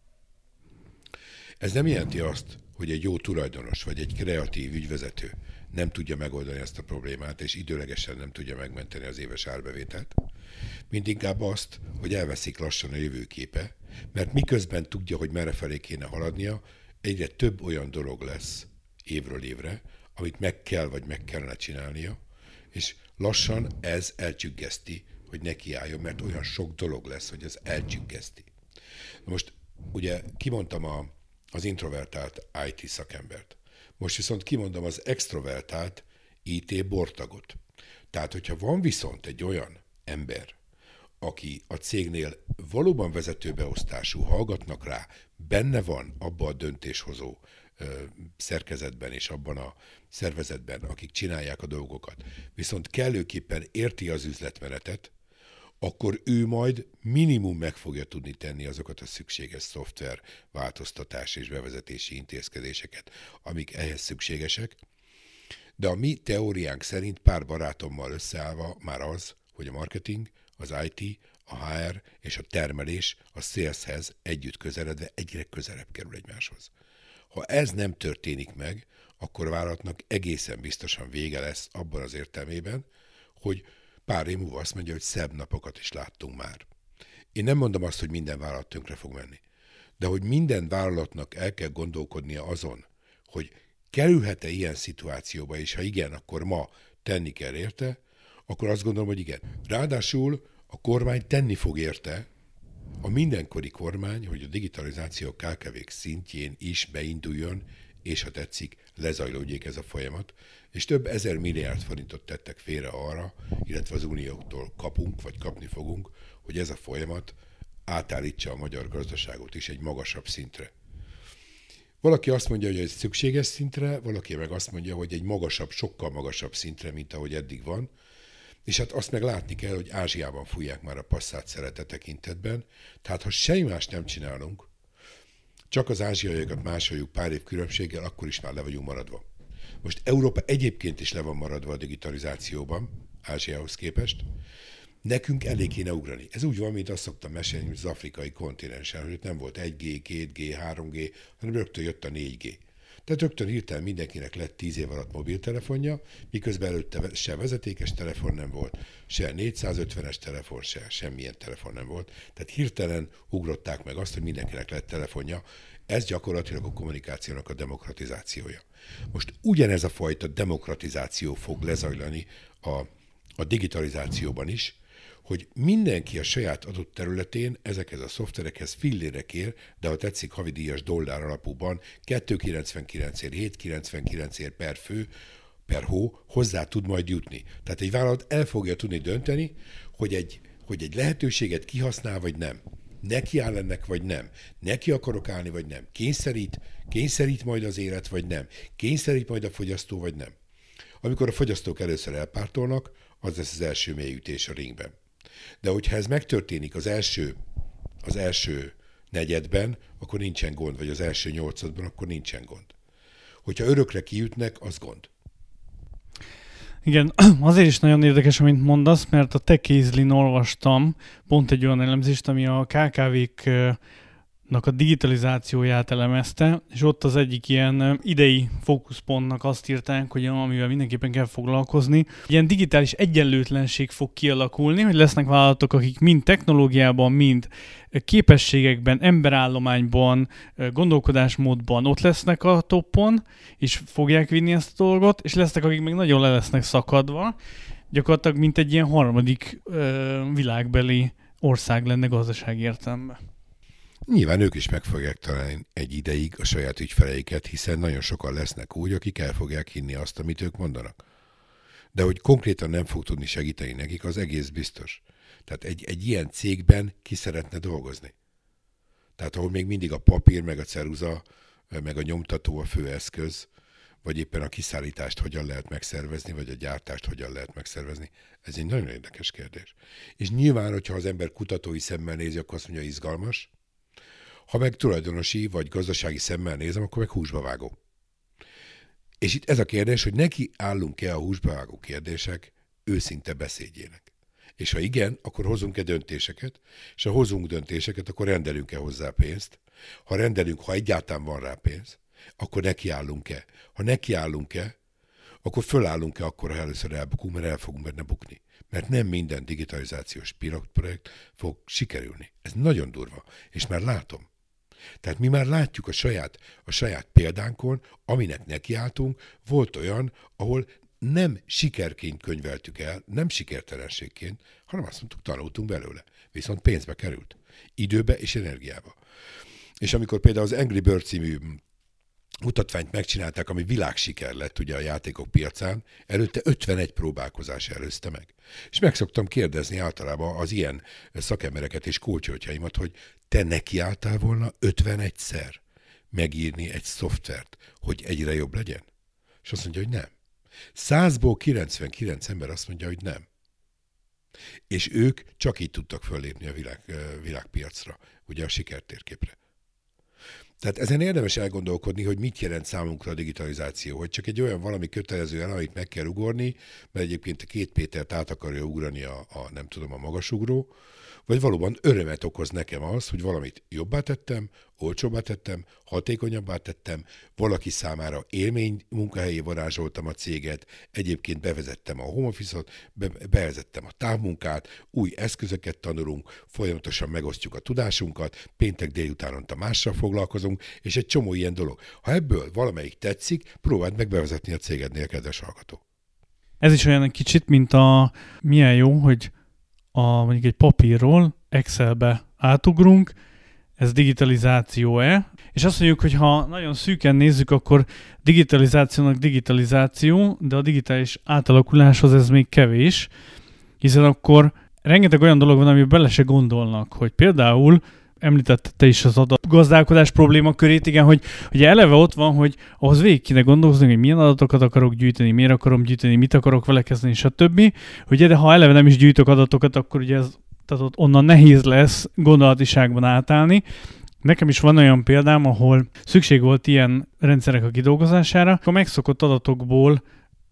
Ez nem jelenti azt, hogy egy jó tulajdonos vagy egy kreatív ügyvezető nem tudja megoldani ezt a problémát, és időlegesen nem tudja megmenteni az éves árbevételt. Mindinkább azt, hogy elveszik lassan a jövőképe, mert miközben tudja, hogy merrefelé kéne haladnia, egyre több olyan dolog lesz évről évre, amit meg kell vagy meg kellene csinálnia, és lassan ez elcsüggeszti, hogy nekiálljon, mert olyan sok dolog lesz, hogy ez elcsüggeszti. Most ugye kimondtam az introvertált IT szakembert. Most viszont kimondom az extrovertált IT bortagot. Tehát, hogyha van viszont egy olyan ember, aki a cégnél valóban vezetőbeosztású, hallgatnak rá, benne van abban a döntéshozó szerkezetben és abban a szervezetben, akik csinálják a dolgokat, viszont kellőképpen érti az üzletmenetet, akkor ő majd minimum meg fogja tudni tenni azokat a szükséges szoftver változtatás és bevezetési intézkedéseket, amik ehhez szükségesek. De a mi teóriánk szerint pár barátommal összeállva már az, hogy a marketing, az IT, a HR és a termelés a saleshez együtt közeledve egyre közelebb kerül egymáshoz. Ha ez nem történik meg, akkor a vállalatnak egészen biztosan vége lesz abban az értelmében, hogy pár év múlva azt mondja, hogy szebb napokat is láttunk már. Én nem mondom azt, hogy minden vállalat tönkre fog menni, de hogy minden vállalatnak el kell gondolkodnia azon, hogy kerülhet-e ilyen szituációba, és ha igen, akkor ma tenni kell érte, akkor azt gondolom, hogy igen. Ráadásul a kormány tenni fog érte, a mindenkori kormány, hogy a digitalizáció KKV-k szintjén is beinduljon és ha tetszik, lezajlódjék ez a folyamat, és több 1000 milliárd forintot tettek félre arra, illetve az unióktól kapunk, vagy kapni fogunk, hogy ez a folyamat átállítsa a magyar gazdaságot is egy magasabb szintre. Valaki azt mondja, hogy ez szükséges szintre, valaki meg azt mondja, hogy egy magasabb, sokkal magasabb szintre, mint ahogy eddig van, és hát azt meg látni kell, hogy Ázsiában fújják már a passzát szerete tekintetben, tehát ha semmi más nem csinálunk, csak az ázsiaiakat másoljuk pár év különbséggel, akkor is már le vagyunk maradva. Most Európa egyébként is le van maradva a digitalizációban, Ázsiához képest. Nekünk elég kéne ugrani. Ez úgy van, mint azt szoktam mesélni, hogy az afrikai kontinensen, hogy nem volt 1G, 2G, 3G, hanem rögtön jött a 4G. Tehát rögtön hirtelen mindenkinek lett 10 év alatt mobiltelefonja, miközben előtte se vezetékes telefon nem volt, se 450-es telefon, se semmilyen telefon nem volt. Tehát hirtelen ugrották meg azt, hogy mindenkinek lett telefonja. Ez gyakorlatilag a kommunikációnak a demokratizációja. Most ugyanez a fajta demokratizáció fog lezajlani a digitalizációban is, hogy mindenki a saját adott területén ezekhez a szoftverekhez fillére kér, de ha tetszik havidíjas dollár alapúban 2,99-ért, 7,99-ért per fő, per hó hozzá tud majd jutni. Tehát egy vállalat el fogja tudni dönteni, hogy egy lehetőséget kihasznál, vagy nem. Neki áll ennek, vagy nem. Neki akarok állni, vagy nem. Kényszerít majd az élet, vagy nem. Kényszerít majd a fogyasztó, vagy nem. Amikor a fogyasztók először elpártolnak, az lesz az első mélyütés a ringben. De hogyha ez megtörténik az első negyedben, akkor nincsen gond, vagy az első nyolcadban, akkor nincsen gond. Hogyha örökre kijutnak, az gond. Igen, azért is nagyon érdekes, amit mondasz, mert a TechEasy-n olvastam pont egy olyan elemzést, ami a KKV-knak a digitalizációját elemezte, és ott az egyik ilyen idei fókuszpontnak azt írták, hogy amivel mindenképpen kell foglalkozni. Ilyen digitális egyenlőtlenség fog kialakulni, hogy lesznek vállalatok, akik mind technológiában, mind képességekben, emberállományban, gondolkodásmódban ott lesznek a toppon, és fogják vinni ezt a dolgot, és lesznek, akik meg nagyon le lesznek szakadva, gyakorlatilag mint egy ilyen harmadik világbeli ország lenne gazdasági értelemben. Nyilván ők is meg fogják találni egy ideig a saját ügyfeleiket, hiszen nagyon sokan lesznek úgy, akik el fogják hinni azt, amit ők mondanak. De hogy konkrétan nem fog tudni segíteni nekik, az egész biztos. Tehát egy ilyen cégben ki szeretne dolgozni. Tehát ahol még mindig a papír, meg a ceruza, meg a nyomtató a fő eszköz, vagy éppen a kiszállítást hogyan lehet megszervezni, vagy a gyártást hogyan lehet megszervezni. Ez egy nagyon érdekes kérdés. És nyilván, hogyha az ember kutatói szemmel nézi, akkor azt mondja, izgalmas. Ha meg tulajdonosi vagy gazdasági szemmel nézem, akkor meg húsba vágó. És itt ez a kérdés, hogy neki állunk-e a húsba vágó kérdések őszinte beszédjének. És ha igen, akkor hozunk-e döntéseket, és ha hozunk döntéseket, akkor rendelünk-e hozzá pénzt. Ha rendelünk, ha egyáltalán van rá pénz, akkor nekiállunk-e. Ha nekiállunk-e, akkor fölállunk-e akkor, ha először elbukunk, mert el fogunk benne bukni. Mert nem minden digitalizációs pilotprojekt fog sikerülni. Ez nagyon durva, és már látom. Tehát mi már látjuk a saját példánkon, aminek nekiálltunk, volt olyan, ahol nem sikerként könyveltük el, nem sikertelenségként, hanem azt mondtuk, tanultunk belőle. Viszont pénzbe került. Időbe és energiába. És amikor például az Angry Bird című mutatványt megcsinálták, ami világsiker lett ugye a játékok piacán, előtte 51 próbálkozás előzte meg. És meg szoktam kérdezni általában az ilyen szakembereket és kócsoltjaimat, hogy te nekiálltál volna 51-szer megírni egy szoftvert, hogy egyre jobb legyen? És azt mondja, hogy nem. 100-ból 99 ember azt mondja, hogy nem. És ők csak így tudtak föllépni a világpiacra, ugye a sikertérképre. Tehát ezen érdemes elgondolkodni, hogy mit jelent számunkra a digitalizáció, hogy csak egy olyan valami kötelező el, amit meg kell ugorni, mert egyébként a 2 Pétert át akarja ugrani a magasugró, vagy valóban örömet okoz nekem az, hogy valamit jobbá tettem, olcsóbbá tettem, hatékonyabbá tettem, valaki számára élmény munkahelyé varázsoltam a céget, egyébként bevezettem a home office-ot, bevezettem a távmunkát, új eszközöket tanulunk, folyamatosan megosztjuk a tudásunkat, péntek délutánonta mással foglalkozunk, és egy csomó ilyen dolog. Ha ebből valamelyik tetszik, próbáld meg bevezetni a cégednél, kedves hallgató. Ez is olyan egy kicsit, mint milyen jó, hogy mondjuk egy papírról Excelbe átugrunk, ez digitalizáció-e, és azt mondjuk, hogy ha nagyon szűken nézzük, akkor digitalizációnak digitalizáció, de a digitális átalakuláshoz ez még kevés, hiszen akkor rengeteg olyan dolog van, amiben bele se gondolnak, hogy például említette te is az adatgazdálkodás problémakörét, igen, hogy ugye eleve ott van, hogy ahhoz végig kéne gondolkozni, hogy milyen adatokat akarok gyűjteni, miért akarom gyűjteni, mit akarok vele kezdeni, stb. Ugye, de ha eleve nem is gyűjtök adatokat, akkor ugye tehát ott onnan nehéz lesz gondolatiságban átállni. Nekem is van olyan példám, ahol szükség volt ilyen rendszerek a kidolgozására, akkor megszokott adatokat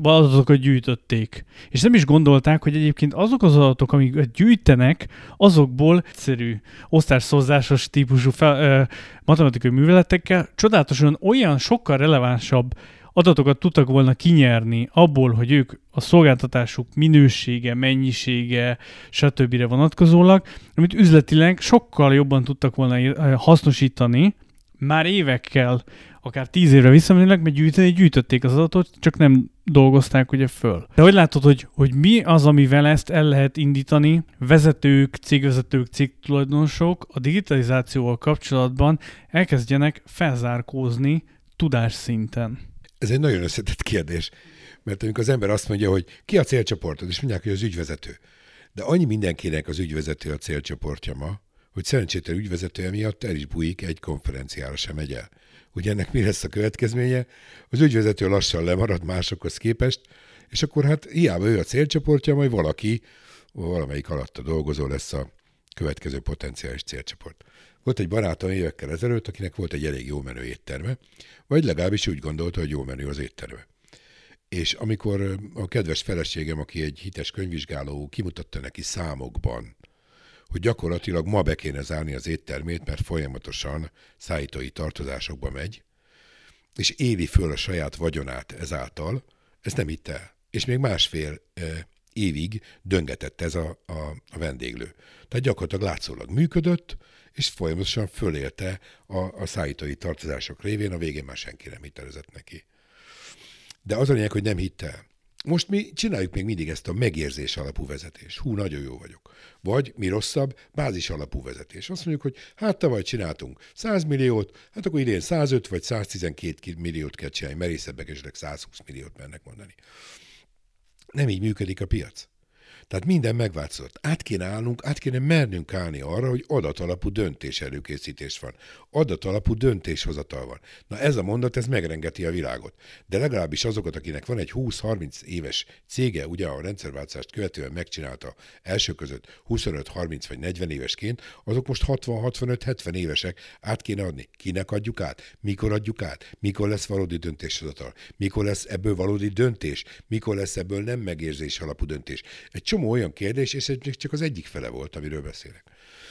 gyűjtötték. És nem is gondolták, hogy egyébként azok az adatok, amiket gyűjtenek, azokból egyszerű osztásszózásos típusú matematikai műveletekkel csodálatosan olyan sokkal relevánsabb adatokat tudtak volna kinyerni abból, hogy ők a szolgáltatásuk minősége, mennyisége, stb. Vonatkozólag, amit üzletileg sokkal jobban tudtak volna hasznosítani, már évekkel, akár 10 évre visszamenőleg, mert gyűjtötték az adatot, csak nem dolgozták ugye föl. De hogy látod, hogy mi az, amivel ezt el lehet indítani, vezetők, cégvezetők, cégtulajdonosok a digitalizációval kapcsolatban elkezdjenek felzárkózni tudásszinten? Ez egy nagyon összetett kérdés, mert amikor az ember azt mondja, hogy ki a célcsoportod, és mondják, hogy az ügyvezető. De annyi mindenkinek az ügyvezető a célcsoportja ma, hogy szerencsétlen ügyvezetője miatt el is bújik, egy konferenciára sem megy el. Ugye ennek mi lesz a következménye? Az ügyvezető lassan lemarad másokhoz képest, és akkor hát hiába ő a célcsoportja, majd valamelyik alatta dolgozó lesz a következő potenciális célcsoport. Volt egy barátom évekkel ezelőtt, akinek volt egy elég jó menő étterme, vagy legalábbis úgy gondolta, hogy jó menő az étterme. És amikor a kedves feleségem, aki egy hites könyvvizsgáló, kimutatta neki számokban, hogy gyakorlatilag ma be kéne zárni az éttermét, mert folyamatosan szállítói tartozásokba megy, és éli föl a saját vagyonát ezáltal, ezt nem hitte el. És még másfél évig döngetett ez a vendéglő. Tehát gyakorlatilag látszólag működött, és folyamatosan fölélte a szállítói tartozások révén, a végén már senki nem hitelezett neki. De az a lényeg, hogy nem hitte el. Most mi csináljuk még mindig ezt a megérzés alapú vezetés. Hú, nagyon jó vagyok. Vagy, mi rosszabb, bázis alapú vezetés. Azt mondjuk, hogy hát tavaly csináltunk 100 milliót, hát akkor idén 105 vagy 112 milliót kell csinálni, merészebbek esetleg 120 milliót mennek mondani. Nem így működik a piac. Tehát minden megváltozott. Át kéne mernünk állni arra, hogy adatalapú döntés előkészítés van. Adatalapú döntéshozatal van. Na ez a mondat, ez megrengeti a világot. De legalábbis azokat, akinek van egy 20-30 éves cége, ugye a rendszerváltást követően megcsinálta első között 25-30 vagy 40 évesként, azok most 60-65-70 évesek, át kéne adni. Kinek adjuk át? Mikor adjuk át? Mikor lesz valódi döntéshozatal? Mikor lesz ebből valódi döntés? Mikor lesz ebből nem megérzés alapú döntés? Egy csomó olyan kérdés, és ez még csak az egyik fele volt, amiről beszélek.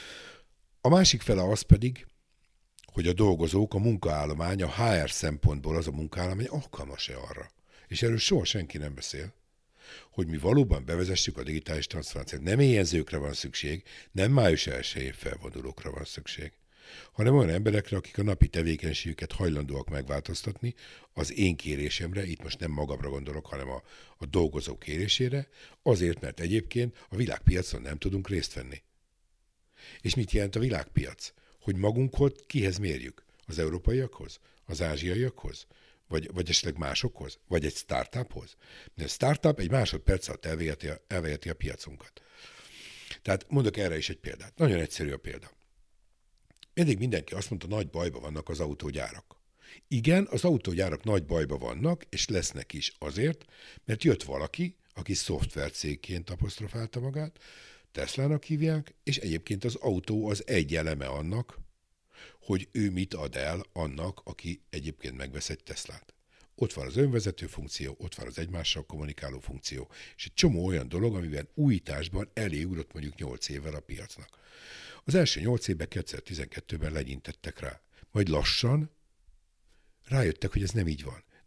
A másik fele az pedig, hogy a dolgozók, a munkaállomány, a HR szempontból az a munkaállomány alkalmas-e arra. És erről soha senki nem beszél, hogy mi valóban bevezessük a digitális transformációt. Nem éjjelzőkre van szükség, nem május 1-én felvonulókra van szükség, hanem olyan emberekre, akik a napi tevékenységüket hajlandóak megváltoztatni az én kérésemre, itt most nem magamra gondolok, hanem a dolgozó kérésére, azért, mert egyébként a világpiacon nem tudunk részt venni. És mit jelent a világpiac? Hogy magunkhoz kihez mérjük? Az európaiakhoz? Az ázsiaiakhoz? Vagy esetleg másokhoz? Vagy egy startuphoz? Mert a startup egy másodperc alatt elveheti a piacunkat. Tehát mondok erre is egy példát. Nagyon egyszerű a példa. Eddig mindenki azt mondta, nagy bajba vannak az autógyárak. Igen, az autógyárak nagy bajba vannak, és lesznek is azért, mert jött valaki, aki szoftvercégként apostrofálta magát, Teslának hívják, és egyébként az autó az egy eleme annak, hogy ő mit ad el annak, aki egyébként megvesz egy Teslát. Ott van az önvezető funkció, ott van az egymással kommunikáló funkció, és egy csomó olyan dolog, amiben újításban elé ugrott mondjuk 8 évvel a piacnak. Az első 8 évben 2012-ben legyintettek rá. Majd lassan rájöttek, hogy ez nem így van.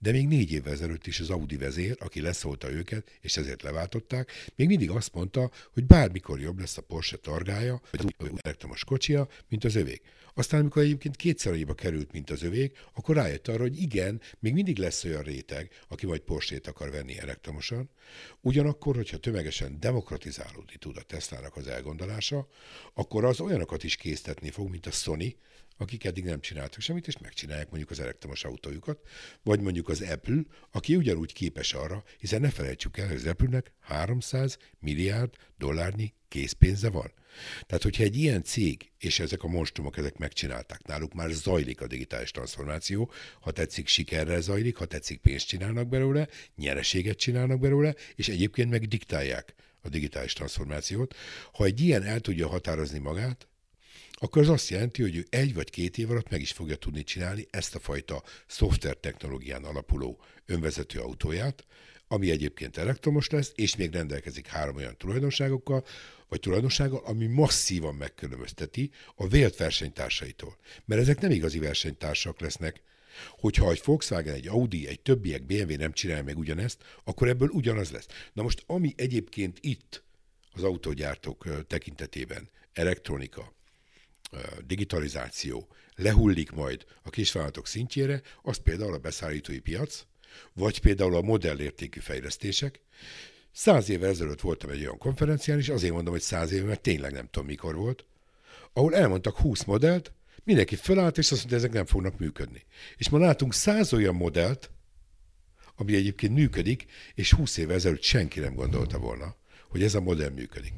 de még 4 évvel ezelőtt is az Audi vezér, aki leszólta őket, és ezért leváltották, még mindig azt mondta, hogy bármikor jobb lesz a Porsche Targája, vagy az elektromos kocsia, mint az övék. Aztán, amikor egyébként 2-szer annyiba került, mint az övék, akkor rájött arra, hogy igen, még mindig lesz olyan réteg, aki majd Porsche-t akar venni elektromosan. Ugyanakkor, hogyha tömegesen demokratizálódni tud a Teslának az elgondolása, akkor az olyanokat is késztetni fog, mint a Sony, akik eddig nem csináltak semmit, és megcsinálják mondjuk az elektromos autójukat, vagy mondjuk az Apple, aki ugyanúgy képes arra, hiszen ne felejtsük el, hogy az Apple-nek 300 milliárd dollárnyi készpénze van. Tehát, hogyha egy ilyen cég, és ezek a monstrumok, ezek megcsinálták, náluk már zajlik a digitális transformáció, ha tetszik, sikerrel zajlik, ha tetszik, pénzt csinálnak belőle, nyereséget csinálnak belőle, és egyébként meg diktálják a digitális transformációt. Ha egy ilyen el tudja határozni magát, akkor az azt jelenti, hogy ő 1 vagy 2 év alatt meg is fogja tudni csinálni ezt a fajta szoftver technológián alapuló önvezető autóját, ami egyébként elektromos lesz, és még rendelkezik 3 olyan tulajdonsággal, ami masszívan megkülönbözteti a vélt versenytársaitól. Mert ezek nem igazi versenytársak lesznek. Hogyha egy Volkswagen, egy Audi, egy többiek, BMW nem csinálja meg ugyanezt, akkor ebből ugyanaz lesz. Na most, ami egyébként itt az autógyártók tekintetében elektronika, digitalizáció lehullik majd a kisvállalatok szintjére, az például a beszállítói piac, vagy például a modellértékű fejlesztések. 100 évvel ezelőtt voltam egy olyan konferencián, és azért mondom, hogy 100 éve, mert tényleg nem tudom mikor volt, ahol elmondtak 20 modellt, mindenki fölállt, és azt mondta, ezek nem fognak működni. És ma látunk 100 olyan modellt, ami egyébként működik, és 20 évvel ezelőtt senki nem gondolta volna, hogy ez a modell működik.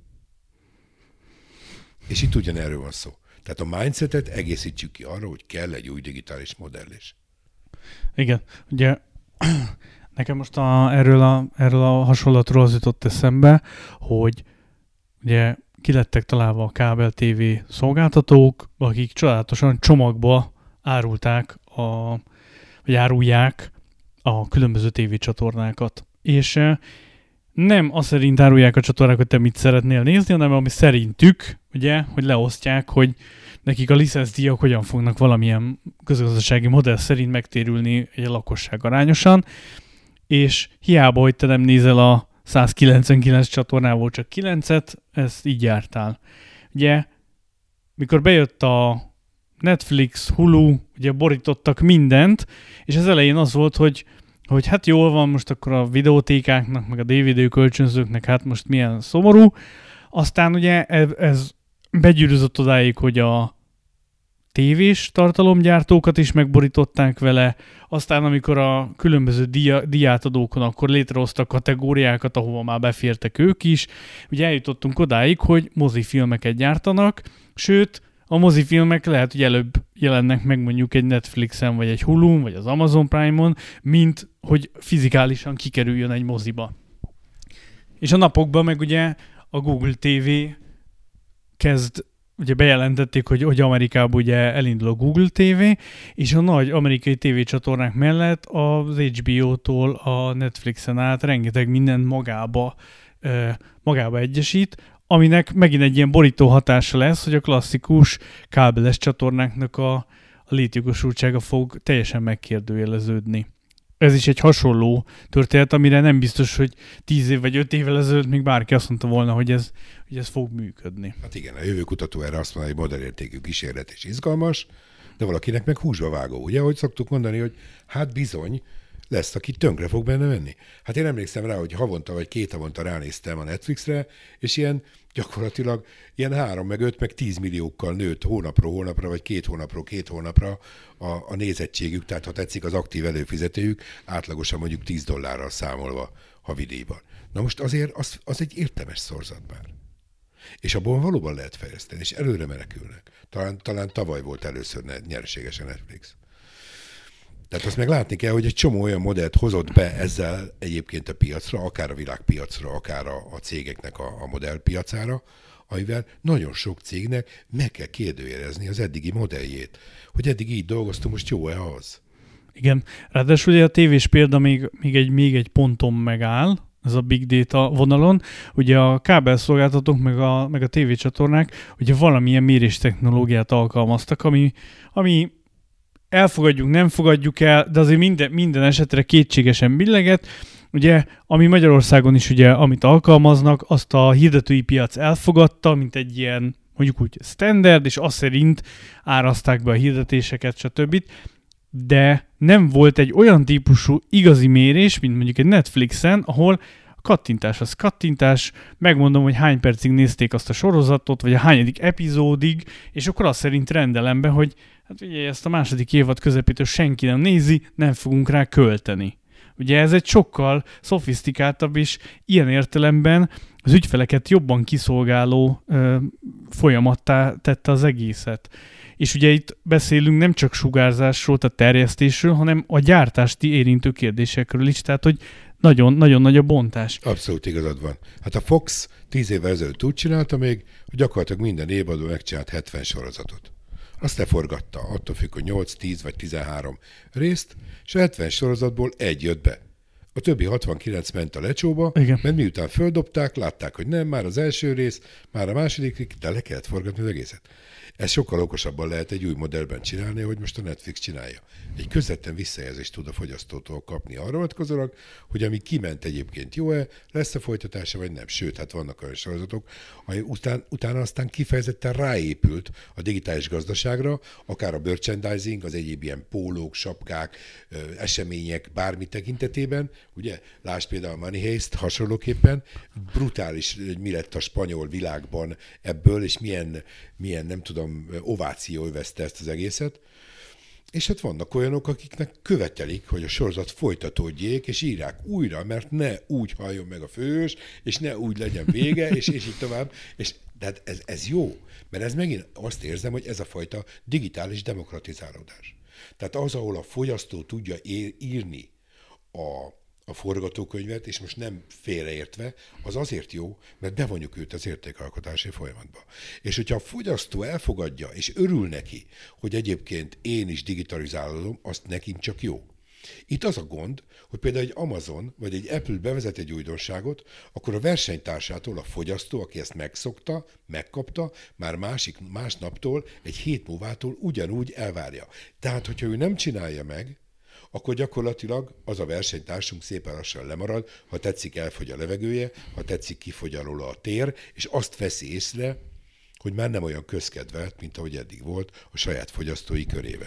És itt ugyanerről van szó. Tehát a mindsetet egészítsük ki arra, hogy kell egy új digitális modell is. Igen, ugye nekem most erről a hasonlatról az jutott eszembe, hogy ugye ki lettek találva a kábel TV szolgáltatók, akik csodálatosan csomagba árulják a különböző tévécsatornákat. És nem azt szerint árulják a csatornákat, hogy te mit szeretnél nézni, hanem ami szerintük, ugye, hogy leosztják, hogy nekik a licencdíjak hogyan fognak valamilyen közgazdasági modell szerint megtérülni egy lakosság arányosan, és hiába, hogy te nem nézel a 199 csatornából csak 9-et, ezt így jártál. Ugye, mikor bejött a Netflix, Hulu, ugye borítottak mindent, és az elején az volt, hogy hát jól van, most akkor a videótékáknak, meg a DVD kölcsönzőknek, hát most milyen szomorú. Aztán ugye ez begyűrűzött odáig, hogy a tévés tartalomgyártókat is megborították vele, aztán amikor a különböző díjátadókon akkor létrehoztak kategóriákat, ahova már befértek ők is, ugye eljutottunk odáig, hogy mozifilmeket gyártanak, sőt, a mozifilmek lehet, hogy előbb jelennek meg mondjuk egy Netflixen, vagy egy Hulun, vagy az Amazon Prime-on, mint hogy fizikálisan kikerüljön egy moziba. És a napokban meg ugye a Google TV ugye bejelentették, hogy Amerikában ugye elindul a Google TV, és a nagy amerikai tévécsatornák mellett az HBO-tól a Netflixen át rengeteg mindent magába egyesít, aminek megint egy ilyen borító hatása lesz, hogy a klasszikus kábeles csatornáknak a létjogosultsága fog teljesen megkérdőjeleződni. Ez is egy hasonló történet, amire nem biztos, hogy 10 év vagy 5 évvel ezelőtt még bárki azt mondta volna, hogy ez fog működni. Hát igen, a jövőkutató erre azt mondja, hogy modellértékű kísérlet és izgalmas, de valakinek meg húsba vágó. Ugye, ahogy szoktuk mondani, hogy hát bizony, lesz, aki tönkre fog benne menni. Hát én emlékszem rá, hogy havonta vagy 2 havonta ránéztem a Netflixre, és gyakorlatilag ilyen 3, meg 5, meg 10 milliókkal nőtt hónapról hónapra, vagy 2 hónapról 2 hónapra a nézettségük, tehát ha tetszik az aktív előfizetőjük, átlagosan mondjuk $10 számolva havidíjban. Na most azért az egy értelmes szorzat már. És abból valóban lehet fejleszteni, és előre menekülnek. Talán tavaly volt először nyereséges a Netflix. Tehát azt meg látni kell, hogy egy csomó olyan modellt hozott be ezzel egyébként a piacra, akár a világpiacra, akár a cégeknek a modellpiacára, amivel nagyon sok cégnek meg kell kérdőjelezni az eddigi modelljét. Hogy eddig így dolgoztunk, most jó-e az? Igen, ráadásul ugye a tévés példa még egy ponton megáll, ez a big data vonalon. Ugye a kábelszolgáltatók meg a tévécsatornák ugye valamilyen mérés technológiát alkalmaztak, ami elfogadjuk, nem fogadjuk el, de azért minden esetre kétségesen billeget. Ugye, ami Magyarországon is ugye, amit alkalmaznak, azt a hirdetői piac elfogadta, mint egy ilyen, mondjuk úgy standard, és azt szerint árazták be a hirdetéseket, stb. De nem volt egy olyan típusú igazi mérés, mint mondjuk egy Netflixen, ahol kattintás az kattintás, megmondom, hogy hány percig nézték azt a sorozatot, vagy a hányadik epizódig, és akkor azt szerint rendelem be, hogy hát ugye ezt a második évad közepétől senki nem nézi, nem fogunk rá költeni. Ugye ez egy sokkal szofisztikáltabb és ilyen értelemben az ügyfeleket jobban kiszolgáló folyamattá tette az egészet. És ugye itt beszélünk nem csak sugárzásról, tehát terjesztésről, hanem a gyártást érintő kérdésekről is, tehát hogy nagyon-nagyon nagy a bontás. Abszolút igazad van. Hát a Fox 10 évvel ezelőtt úgy csinálta még, hogy gyakorlatilag minden évadon megcsinált 70 sorozatot. Azt leforgatta, attól függ, hogy 8, 10 vagy 13 részt, és a 70 sorozatból egy jött be. A többi 69 ment a lecsóba, igen. Mert miután földobták, látták, hogy nem, már az első rész, már a második, de le kellett forgatni az egészet. Ez sokkal okosabban lehet egy új modellben csinálni, hogy most a Netflix csinálja. Egy közvetlen visszajelzést tud a fogyasztótól kapni arra vonatkozólag, hogy ami kiment egyébként jó-e, lesz a folytatása, vagy nem. Sőt, hát vannak olyan sorozatok, ami utána aztán kifejezetten ráépült a digitális gazdaságra, akár a merchandising, az egyéb ilyen pólók, sapkák, események, bármi tekintetében. Ugye, lásd például a Money Heist hasonlóképpen, brutális, hogy mi lett a spanyol világban ebből, és milyen nem tudom, ováció övezte ezt az egészet. És hát vannak olyanok, akiknek követelik, hogy a sorozat folytatódjék, és írják újra, mert ne úgy halljon meg a főhős, és ne úgy legyen vége, és így tovább. És de ez jó, mert ez megint azt érzem, hogy ez a fajta digitális demokratizálódás. Tehát az, ahol a fogyasztó tudja írni a forgatókönyvet, és most nem félreértve, az azért jó, mert bevonjuk őt az értékalkotási folyamatba. És hogyha a fogyasztó elfogadja, és örül neki, hogy egyébként én is digitalizálom, azt nekem csak jó. Itt az a gond, hogy például egy Amazon vagy egy Apple bevezet egy újdonságot, akkor a versenytársától a fogyasztó, aki ezt megszokta, megkapta, már másnaptól, egy hét múlvától ugyanúgy elvárja. Tehát, hogyha ő nem csinálja meg, akkor gyakorlatilag az a versenytársunk szépen lassan lemarad, ha tetszik, elfogy a levegője, ha tetszik, kifogy alóla a tér, és azt veszi észre, hogy már nem olyan közkedvelt, mint ahogy eddig volt a saját fogyasztói körében.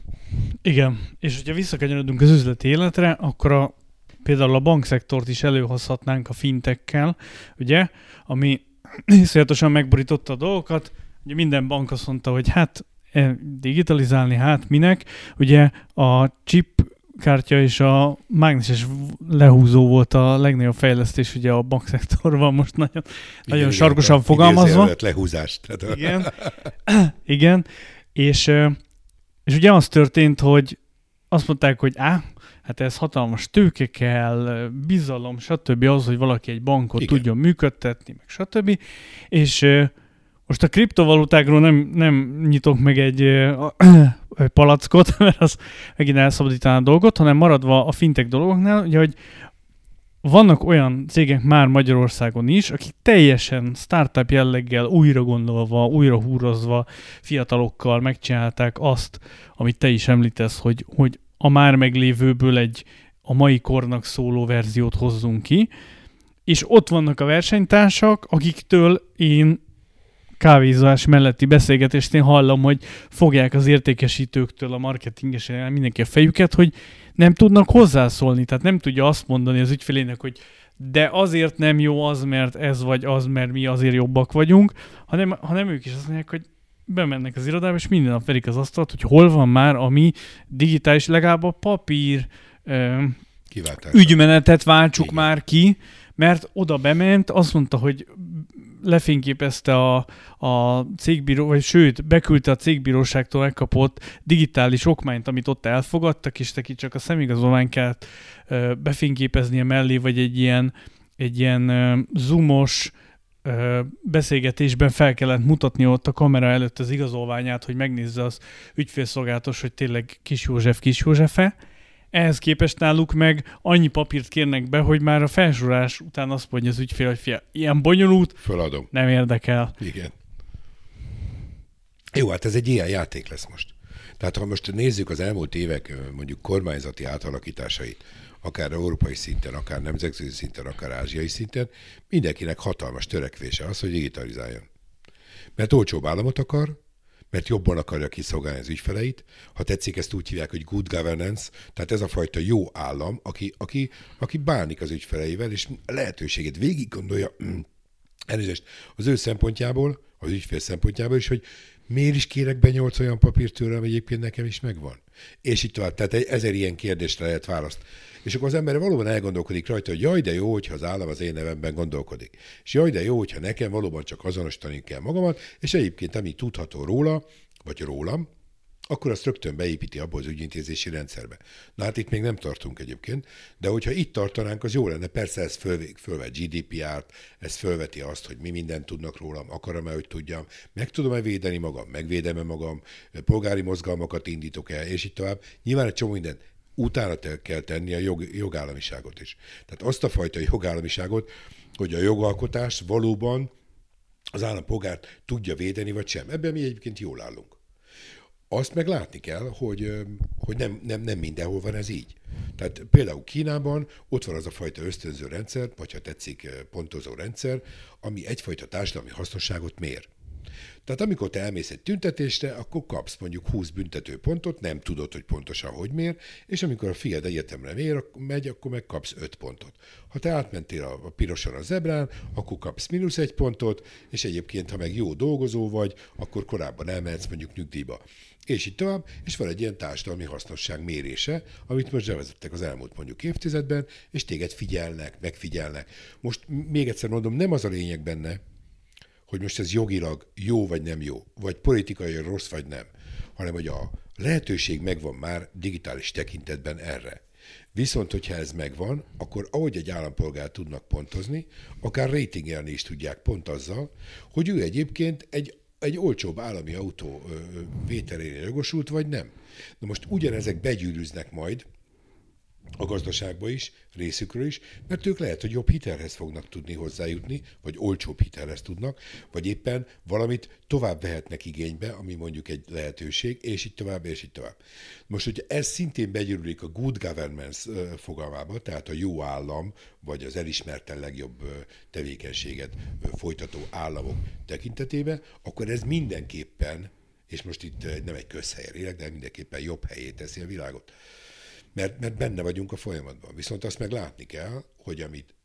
Igen, és hogyha visszakanyarodunk az üzleti életre, akkor például a bankszektort is előhozhatnánk a fintekkel, ugye, ami iszonyatosan megborította a dolgokat. Ugye minden bank azt mondta, hogy hát digitalizálni, hát minek. Ugye a chip kártya és a mágneses lehúzó volt a legnagyobb fejlesztés ugye a bankszektorban, most nagyon sarkosan fogalmazva. Lehúzást. Igen. Igen. És ugye az történt, hogy azt mondták, hogy hát ez hatalmas tőke kell, bizalom, stb. Az, hogy valaki egy bankot tudjon működtetni, meg stb. És most a kriptovalutákról nem nyitok meg egy palackot, mert az megint elszabadítaná a dolgot, hanem maradva a fintech dolgoknál, ugye, hogy vannak olyan cégek már Magyarországon is, akik teljesen startup jelleggel újra gondolva, újra húrozva fiatalokkal megcsinálták azt, amit te is említesz, hogy a már meglévőből a mai kornak szóló verziót hozzunk ki, és ott vannak a versenytársak, akiktől én kávézás melletti beszélgetést én hallom, hogy fogják az értékesítőktől, a marketingesen mindenki a fejüket, hogy nem tudnak hozzászólni, tehát nem tudja azt mondani az ügyfelének, hogy de azért nem jó az, mert ez vagy az, mert mi azért jobbak vagyunk, hanem ők is azt mondják, hogy bemennek az irodába, és minden nap verik az asztalt, hogy hol van már a mi digitális, legalább a papír ügymenetet váltsuk már ki, mert oda bement, azt mondta, hogy lefényképezte a cégbíró, vagy sőt, beküldte a cégbíróságtól megkapott digitális okmányt, amit ott elfogadtak, és neki csak a személyigazolványt kellett befényképeznie mellé, vagy egy ilyen zoomos beszélgetésben fel kellett mutatni ott a kamera előtt az igazolványát, hogy megnézze az ügyfélszolgálatos, hogy tényleg Kis József-e. Ehhez képest náluk meg annyi papírt kérnek be, hogy már a felsorolás után azt mondja az ügyfél, hogy fia, ilyen bonyolult, feladom. Nem érdekel. Igen. Jó, hát ez egy ilyen játék lesz most. Tehát ha most nézzük az elmúlt évek mondjuk kormányzati átalakításait, akár európai szinten, akár nemzetközi szinten, akár ázsiai szinten, mindenkinek hatalmas törekvése az, hogy digitalizáljon. Mert olcsóbb államot akar, mert jobban akarja kiszolgálni az ügyfeleit. Ha tetszik, ezt úgy hívják, hogy good governance, tehát ez a fajta jó állam, aki bánik az ügyfeleivel, és lehetőséget végig gondolja, elnézést, az ő szempontjából, az ügyfél szempontjából is, hogy miért is kérek be 8 olyan papírt tőle, ami egyébként nekem is megvan. És így tovább. Tehát 1000 ilyen kérdésre lehet választ. És akkor az ember valóban elgondolkodik rajta, hogy jaj, de jó, hogyha az állam az én nevemben gondolkodik. És jaj, de jó, hogyha nekem valóban csak azonosítani kell magamat, és egyébként ami tudható róla, vagy rólam, akkor azt rögtön beépíti abba az ügyintézési rendszerbe. Na hát itt még nem tartunk egyébként, de hogyha itt tartanánk, az jó lenne. Persze ez fölvet GDPR-t, ez fölveti azt, hogy mi mindent tudnak rólam, akarom-e, hogy tudjam, meg tudom-e védeni magam, megvédem-e magam, polgári mozgalmakat indítok-e, és így tovább. Nyilván egy csomó mindent utána kell tenni a jogállamiságot is. Tehát azt a fajta jogállamiságot, hogy a jogalkotás valóban az állampolgárt tudja védeni, vagy sem. Ebben mi egyébként jól állunk. Azt meg látni kell, hogy nem mindenhol van ez így. Tehát például Kínában ott van az a fajta ösztönző rendszer, vagy ha tetszik pontozó rendszer, ami egyfajta társadalmi hasznosságot mér. Tehát amikor te elmész egy tüntetésre, akkor kapsz mondjuk 20 büntetőpontot, nem tudod, hogy pontosan hogy mér, és amikor a fiad egyetemre megy, akkor meg kapsz 5 pontot. Ha te átmentél a piroson a zebrán, akkor kapsz -1 pontot, és egyébként, ha meg jó dolgozó vagy, akkor korábban elmehetsz mondjuk nyugdíjba. És így tovább, és van egy ilyen társadalmi hasznosság mérése, amit most bevezettek az elmúlt mondjuk évtizedben, és téged figyelnek, megfigyelnek. Most még egyszer mondom, nem az a lényeg benne, hogy most ez jogilag jó vagy nem jó, vagy politikai rossz vagy nem, hanem hogy a lehetőség megvan már digitális tekintetben erre. Viszont, hogyha ez megvan, akkor ahogy egy állampolgár tudnak pontozni, akár ratingelni is tudják pont azzal, hogy ő egyébként egy olcsóbb állami autó vételére jogosult, vagy nem. Na most ugyanezek begyűrűznek majd a gazdaságba is, részükről is, mert ők lehet, hogy jobb hitelhez fognak tudni hozzájutni, vagy olcsóbb hitelhez tudnak, vagy éppen valamit tovább vehetnek igénybe, ami mondjuk egy lehetőség, és így tovább, és így tovább. Most, hogy ez szintén begyűrűlik a good governance fogalmába, tehát a jó állam, vagy az elismerten legjobb tevékenységet folytató államok tekintetében, akkor ez mindenképpen, és most itt nem egy közhelyen élek, de mindenképpen jobb helyé teszi a világot. Mert benne vagyunk a folyamatban. Viszont azt meg látni kell, hogy amit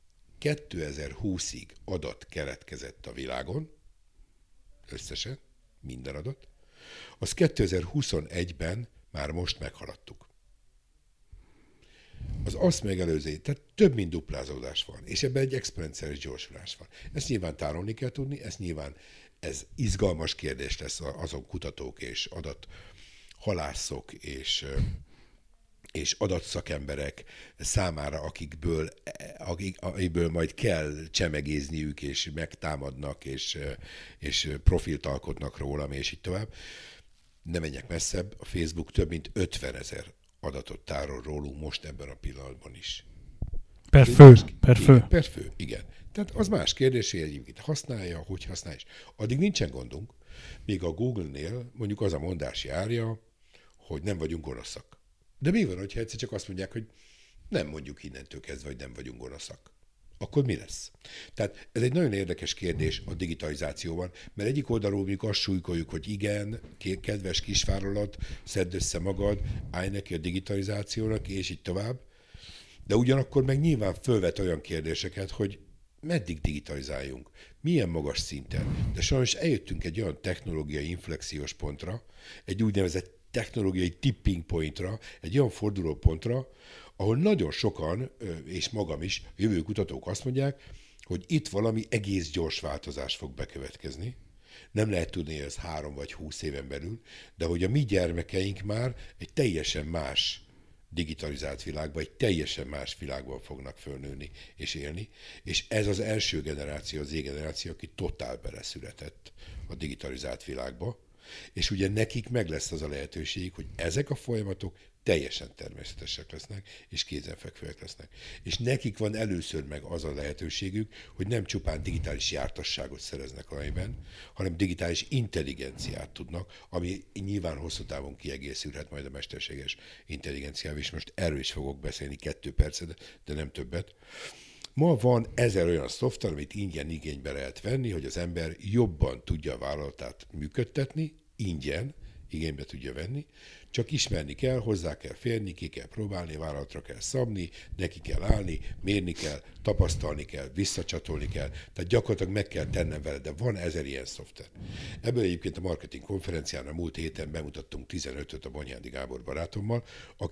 2020-ig adat keletkezett a világon, összesen, minden adat, az 2021-ben már most meghaladtuk. Az azt megelőző, tehát több mint duplázódás van, és ebben egy exponenciális gyorsulás van. Ezt nyilván tárolni kell tudni, ez izgalmas kérdés lesz azon kutatók és adathalászok és adatszakemberek számára, akikből majd kell csemegézniük, és megtámadnak, és profilt alkotnak rólam, és így tovább. Ne menjek messzebb, a Facebook több mint 50 000 adatot tárol rólunk most ebben a pillanatban is. Per fő. Per fő, igen. Tehát az más kérdés, hogy egyébként használja, hogy használja. Addig nincsen gondunk, míg a Google-nél mondjuk az a mondás járja, hogy nem vagyunk gonoszak. De mi van, hogyha egyszer csak azt mondják, hogy nem mondjuk innentől kezdve, hogy nem vagyunk gonoszak? Akkor mi lesz? Tehát ez egy nagyon érdekes kérdés a digitalizációban, mert egyik oldalról mondjuk azt súlykoljuk, hogy igen, kedves kisvállalat, szedd össze magad, állj neki a digitalizációnak, és így tovább. De ugyanakkor meg nyilván fölvet olyan kérdéseket, hogy meddig digitalizáljunk, milyen magas szinten. De sajnos eljöttünk egy olyan technológiai inflexiós pontra, egy úgynevezett technológiai tipping pointra, egy olyan fordulópontra, ahol nagyon sokan, és magam is, jövő kutatók azt mondják, hogy itt valami egész gyors változás fog bekövetkezni. Nem lehet tudni, hogy ez 3 vagy 20 éven belül, de hogy a mi gyermekeink már egy teljesen más digitalizált világban, egy teljesen más világban fognak fölnőni és élni, és ez az első generáció, az Z-generáció, aki totál beleszületett a digitalizált világba. És ugye nekik meg lesz az a lehetőség, hogy ezek a folyamatok teljesen természetesek lesznek, és kézenfekvőek lesznek. És nekik van először meg az a lehetőségük, hogy nem csupán digitális jártasságot szereznek valamiben, hanem digitális intelligenciát tudnak, ami nyilván hosszú távon kiegészülhet majd a mesterséges intelligenciával, és most erről is fogok beszélni 2 percet, de nem többet. Ma van 1000 olyan szoftver, amit ingyen igénybe lehet venni, hogy az ember jobban tudja a vállalatát működtetni, ingyen igénybe tudja venni, csak ismerni kell, hozzá kell férni, ki kell próbálni, vállalatra kell szabni, neki kell állni, mérni kell, tapasztalni kell, visszacsatolni kell, tehát gyakorlatilag meg kell tennem vele, de van 1000 ilyen szoftver. Ebből egyébként a marketing konferencián a múlt héten bemutattunk 15-öt a Bonyádi Gábor barátommal,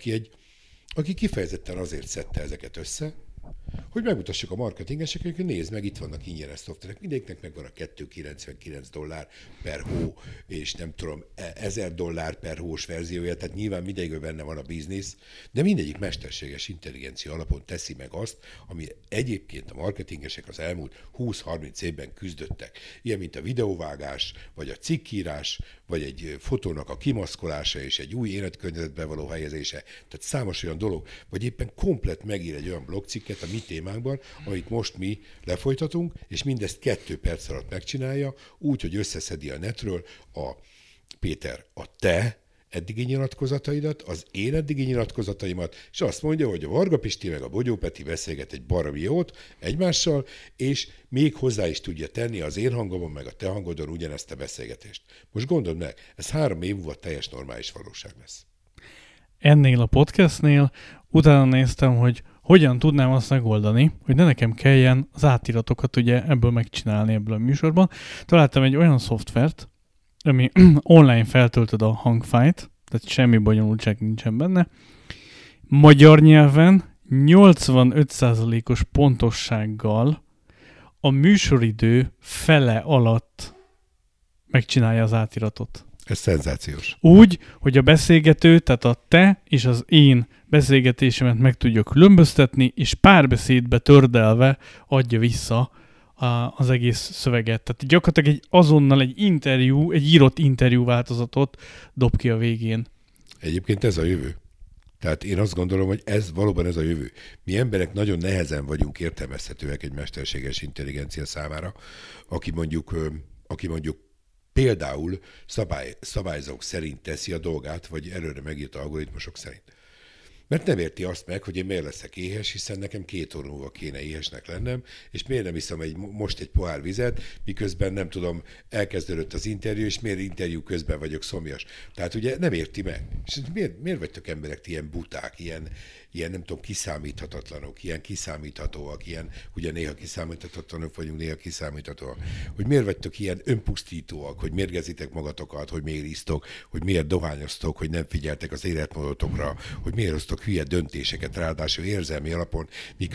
aki kifejezetten azért szedte ezeket össze, hogy megmutassuk a marketingeseknek, hogy nézd meg, itt vannak ingyenes szoftverek, mindegyiknek megvan a $299 per hó, és nem tudom, $1000 per hós verziója, tehát nyilván mindegyikben benne van a biznisz, de mindegyik mesterséges intelligencia alapon teszi meg azt, ami egyébként a marketingesek az elmúlt 20-30 évben küzdöttek. Ilyen, mint a videóvágás, vagy a cikkírás, vagy egy fotónak a kimaszkolása és egy új életkörnyezetbe való helyezése, tehát számos olyan dolog, vagy éppen komplet megír egy olyan blogcikket a mi témánkban, amit most mi lefolytatunk, és mindezt 2 perc alatt megcsinálja, úgy, hogy összeszedi a netről Péter, a te eddigi nyilatkozataidat, az én eddigi nyilatkozataimat, és azt mondja, hogy a Varga Pisti meg a Bogyó Peti beszélget egy baromi jót egymással, és még hozzá is tudja tenni az én hangomon, meg a te hangodon ugyanezt a beszélgetést. Most gondold meg, ez 3 év múlva teljes normális valóság lesz. Ennél a podcastnél utána néztem, hogy hogyan tudnám azt megoldani, hogy ne nekem kelljen az átiratokat ugye ebből megcsinálni ebből a műsorban. Találtam egy olyan szoftvert, ami online feltöltöd a hangfájt, tehát semmi bonyolultság nincsen benne. Magyar nyelven 85%-os pontossággal a műsoridő fele alatt megcsinálja az átiratot. Ez szenzációs. Úgy, hogy a beszélgető, tehát a te és az én beszélgetésemet meg tudja különböztetni, és párbeszédbe tördelve adja vissza az egész szöveget. Tehát gyakorlatilag azonnal egy írott interjú változatot dob ki a végén. Egyébként ez a jövő. Tehát én azt gondolom, hogy ez valóban ez a jövő. Mi emberek nagyon nehezen vagyunk értelmezhetőek egy mesterséges intelligencia számára, aki mondjuk például szabályzók szerint teszi a dolgát, vagy előre megírt algoritmusok szerint. Mert nem érti azt meg, hogy én miért leszek éhes, hiszen nekem 2 óra múlva kéne éhesnek lennem, és miért nem iszom most egy pohár vizet, miközben nem tudom, elkezdődött az interjú, és miért interjú közben vagyok szomjas. Tehát ugye nem érti meg. És miért vagytok emberek ilyen buták, ilyen nem tudom, kiszámíthatatlanok, ilyen kiszámíthatóak, ilyen ugye néha kiszámíthatatlanok vagyunk, néha kiszámíthatóak. Hogy miért vagytok ilyen önpusztítóak, hogy mérgezitek magatokat, hogy miért isztok, hogy miért dohányoztok, hogy nem figyeltek az életmódotokra, hogy miért hoztok hülye döntéseket, ráadásul érzelmi alapon,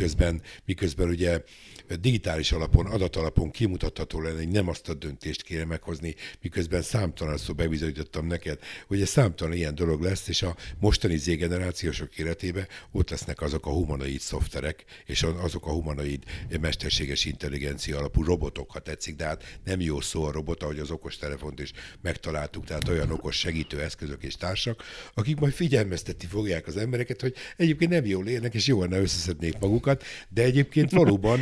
miközben ugye digitális alapon, adatalapon kimutatható lenne, hogy nem azt a döntést kéne meghozni, miközben számtalanszor bebizonyítottam neked, hogy ez számtalan ilyen dolog lesz, és a mostani Z-generációsok életében ott lesznek azok a humanoid szoftverek, és azok a humanoid mesterséges intelligencia alapú robotok, ha tetszik, de hát nem jó szó a robot, ahogy az okostelefont is megtaláltuk, tehát olyan okos segítő eszközök és társak, akik majd figyelmeztetni fogják az embereket, hogy egyébként nem jól élnek, és jól ne összeszednék magukat, de egyébként valóban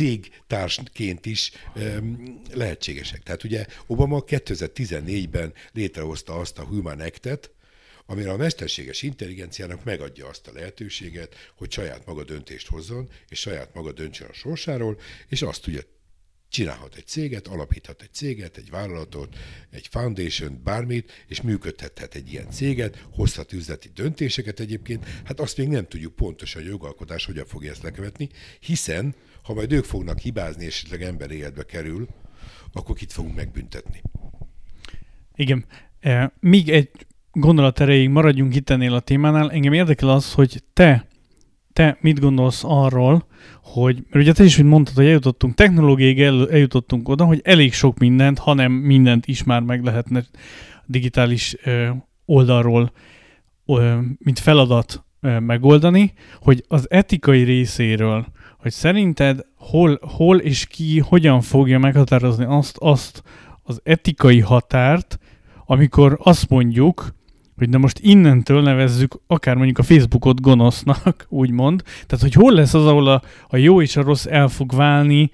cégtársként is lehetségesek. Tehát ugye Obama 2014-ben létrehozta azt a Human Act-et, amire a mesterséges intelligenciának megadja azt a lehetőséget, hogy saját maga döntést hozzon, és saját maga döntsön a sorsáról, és azt ugye csinálhat egy céget, alapíthat egy céget, egy vállalatot, egy foundation, bármit, és működtethet egy ilyen céget, hozhat üzleti döntéseket egyébként. Hát azt még nem tudjuk pontosan, hogy a jogalkotás hogyan fogja ezt lekövetni, hiszen ha majd ők fognak hibázni, és esetleg ember életbe kerül, akkor kit fogunk megbüntetni. Igen. Még egy gondolat erejéig maradjunk itt ennél a témánál. Engem érdekel az, hogy te mit gondolsz arról, hogy, mert ugye te is úgy mondtad, hogy eljutottunk technológiáig, eljutottunk oda, hogy elég sok mindent, hanem mindent is már meg lehetne digitális oldalról, mint feladat megoldani, hogy az etikai részéről, hogy szerinted hol és ki hogyan fogja meghatározni azt az etikai határt, amikor azt mondjuk, hogy na most innentől nevezzük akár mondjuk a Facebookot gonosznak, úgymond. Tehát, hogy hol lesz az, ahol a jó és a rossz el fog válni.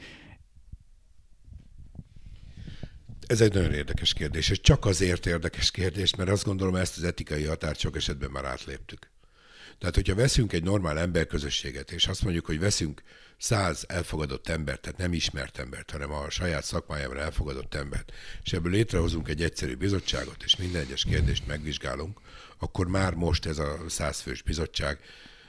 Ez egy nagyon érdekes kérdés, és csak azért érdekes kérdés, mert azt gondolom, ezt az etikai határt sok esetben már átléptük. Tehát, hogyha veszünk egy normál emberközösséget, és azt mondjuk, hogy veszünk 100 elfogadott embert, tehát nem ismert embert, hanem a saját szakmájában elfogadott embert, és ebből létrehozunk egy egyszerű bizottságot, és minden egyes kérdést megvizsgálunk, akkor már most ez a 100 fős bizottság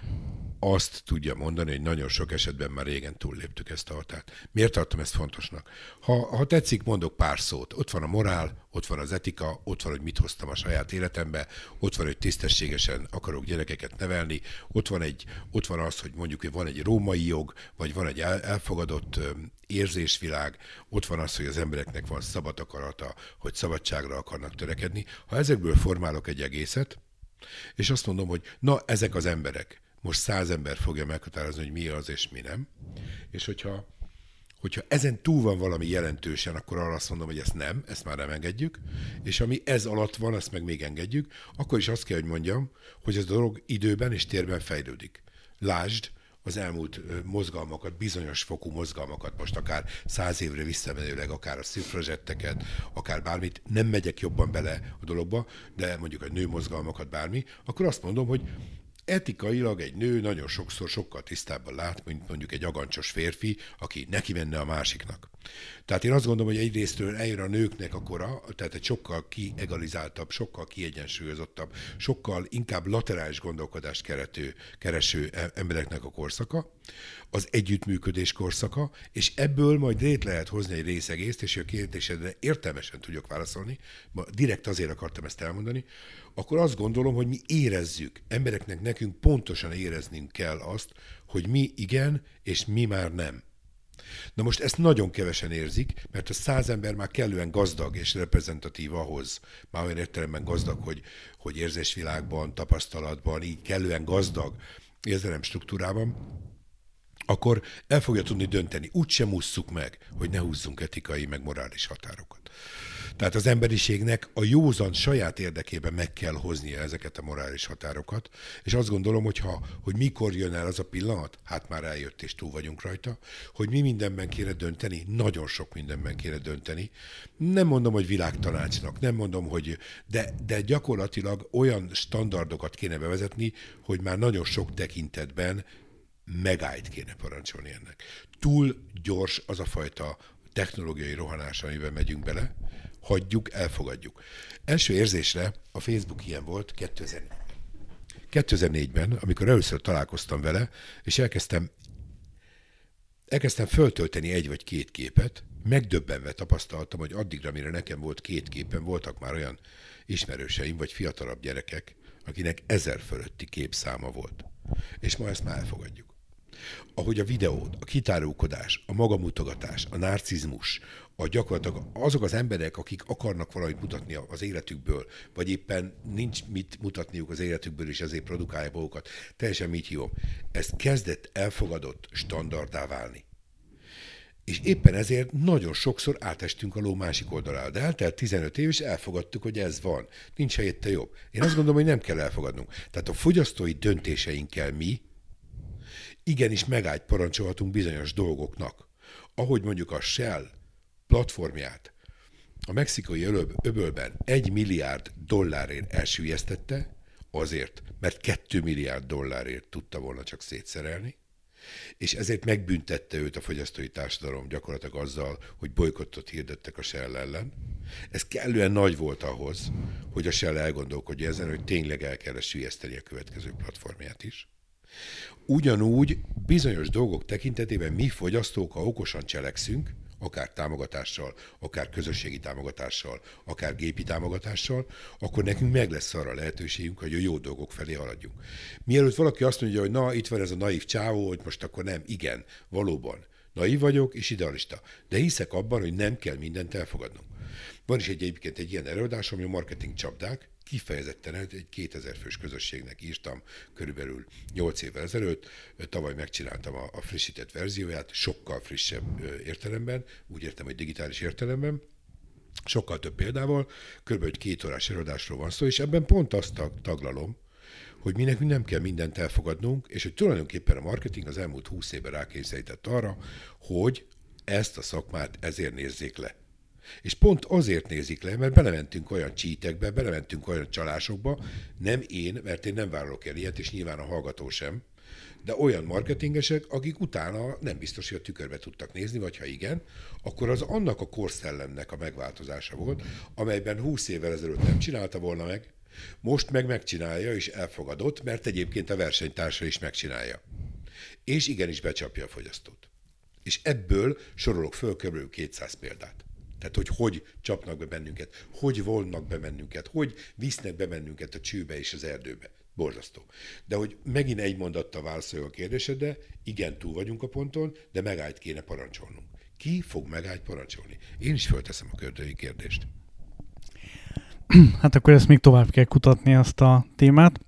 azt tudja mondani, hogy nagyon sok esetben már régen túlléptük ezt a határt. Miért tartom ezt fontosnak? Ha tetszik, mondok pár szót. Ott van a morál, ott van az etika, ott van, hogy mit hoztam a saját életembe, ott van, hogy tisztességesen akarok gyerekeket nevelni, ott van az, hogy mondjuk, hogy van egy római jog, vagy van egy elfogadott érzésvilág, ott van az, hogy az embereknek van szabad akarata, hogy szabadságra akarnak törekedni. Ha ezekből formálok egy egészet, és azt mondom, hogy na, ezek az emberek, most 100 ember fogja meghatározni, hogy mi az és mi nem, és hogyha ezen túl van valami jelentősen, akkor arra azt mondom, hogy ezt már nem engedjük, és ami ez alatt van, azt meg még engedjük, akkor is azt kell, hogy mondjam, hogy ez a dolog időben és térben fejlődik. Lásd az elmúlt mozgalmakat, bizonyos fokú mozgalmakat, most akár 100 évre visszamenőleg, akár a szifrazsetteket, akár bármit, nem megyek jobban bele a dologba, de mondjuk a nőmozgalmakat, bármi, akkor azt mondom, hogy etikailag egy nő nagyon sokszor sokkal tisztábban lát, mint mondjuk egy agancsos férfi, aki neki menne a másiknak. Tehát én azt gondolom, hogy egyrésztről eljön a nőknek a kora, tehát egy sokkal kiegalizáltabb, sokkal kiegyensúlyozottabb, sokkal inkább laterális gondolkodást kereső embereknek a korszaka, az együttműködés korszaka, és ebből majd létre lehet hozni egy részegészt, és a kérdésedre értelmesen tudjuk válaszolni, direkt azért akartam ezt elmondani, akkor azt gondolom, hogy mi érezzük, embereknek nekünk pontosan éreznünk kell azt, hogy mi igen, és mi már nem. Na most ezt nagyon kevesen érzik, mert a 100 ember már kellően gazdag és reprezentatív ahhoz, már olyan értelemben gazdag, hogy érzésvilágban, tapasztalatban, így kellően gazdag érzelem struktúrában, akkor el fogja tudni dönteni. Úgy sem ússzuk meg, hogy ne húzzunk etikai, meg morális határokat. Tehát az emberiségnek a józan saját érdekében meg kell hoznia ezeket a morális határokat, és azt gondolom, hogy mikor jön el az a pillanat, hát már eljött és túl vagyunk rajta, hogy mi mindenben kéne dönteni, nagyon sok mindenben kéne dönteni. Nem mondom, hogy világtanácsnak, nem mondom, hogy de gyakorlatilag olyan standardokat kéne bevezetni, hogy már nagyon sok tekintetben megállt kéne parancsolni ennek. Túl gyors az a fajta technológiai rohanás, amiben megyünk bele, hagyjuk, elfogadjuk. Első érzésre a Facebook ilyen volt 2004-ben, amikor először találkoztam vele, és elkezdtem föltölteni egy vagy két képet, megdöbbenve tapasztaltam, hogy addigra, mire nekem volt 2 képen, voltak már olyan ismerőseim, vagy fiatalabb gyerekek, akinek 1000 fölötti képszáma volt. És ma ezt már elfogadjuk. Ahogy a videó, a kitárulkodás, a magamutogatás, a narcizmus, gyakorlatilag azok az emberek, akik akarnak valamit mutatni az életükből, vagy éppen nincs mit mutatniuk az életükből, és ezért produkálják magukat, teljesen mit hívom. Ez kezdett elfogadott standardá válni. És éppen ezért nagyon sokszor átestünk a ló másik oldalára. De eltelt 15 év, és elfogadtuk, hogy ez van. Nincs helyette jobb. Én azt gondolom, hogy nem kell elfogadnunk. Tehát a fogyasztói döntéseinkkel mi igenis megállt parancsolhatunk bizonyos dolgoknak. Ahogy mondjuk a Shell platformját a mexikai öbölben $1 milliárd elsüllyesztette, azért, mert $2 milliárd tudta volna csak szétszerelni, és ezért megbüntette őt a fogyasztói társadalom gyakorlatilag azzal, hogy bolykottot hirdettek a Shell ellen. Ez kellően nagy volt ahhoz, hogy a Shell elgondolkodja ezen, hogy tényleg el kell süllyeszteni a következő platformját is. Ugyanúgy bizonyos dolgok tekintetében mi fogyasztók, ha okosan cselekszünk, akár támogatással, akár közösségi támogatással, akár gépi támogatással, akkor nekünk meg lesz arra lehetőségünk, hogy a jó dolgok felé haladjunk. Mielőtt valaki azt mondja, hogy na, itt van ez a naív csávó, hogy most akkor nem, igen, valóban. Naív vagyok és idealista, de hiszek abban, hogy nem kell mindent elfogadnunk. Van is egyébként egy ilyen előadásom, hogy a marketing csapdák, kifejezetten egy 2000 fős közösségnek írtam körülbelül 8 évvel ezelőtt, tavaly megcsináltam a frissített verzióját, sokkal frissebb értelemben, úgy értem, hogy digitális értelemben, Sokkal több példával, kb. 2 órás előadásról van szó, és ebben pont azt taglalom, hogy mi nekünk nem kell mindent elfogadnunk, és hogy tulajdonképpen a marketing az elmúlt 20 évben rákényszerített arra, hogy ezt a szakmát ezért nézzék le. És pont azért nézik le, mert belementünk olyan cheatekbe, belementünk olyan csalásokba, nem én, mert én nem vállalok el ilyet, és nyilván a hallgató sem, de olyan marketingesek, akik utána nem biztos, hogy a tükörbe tudtak nézni, vagy ha igen, akkor az annak a korszellemnek a megváltozása volt, amelyben 20 évvel ezelőtt nem csinálta volna meg, most meg megcsinálja és elfogadott, mert egyébként a versenytársa is megcsinálja. És igenis becsapja a fogyasztót. És ebből sorolok föl kb. 200 példát. Tehát, hogy csapnak be bennünket, hogy volnak be bennünket, hogy visznek be bennünket a csőbe és az erdőbe. Borzasztó. De hogy megint egy mondattal válaszoljak a kérdésedre, igen, túl vagyunk a ponton, de megállt kéne parancsolnunk. Ki fog megállt parancsolni? Én is fölteszem a kördői kérdést. Hát akkor ezt még tovább kell kutatni, azt a témát.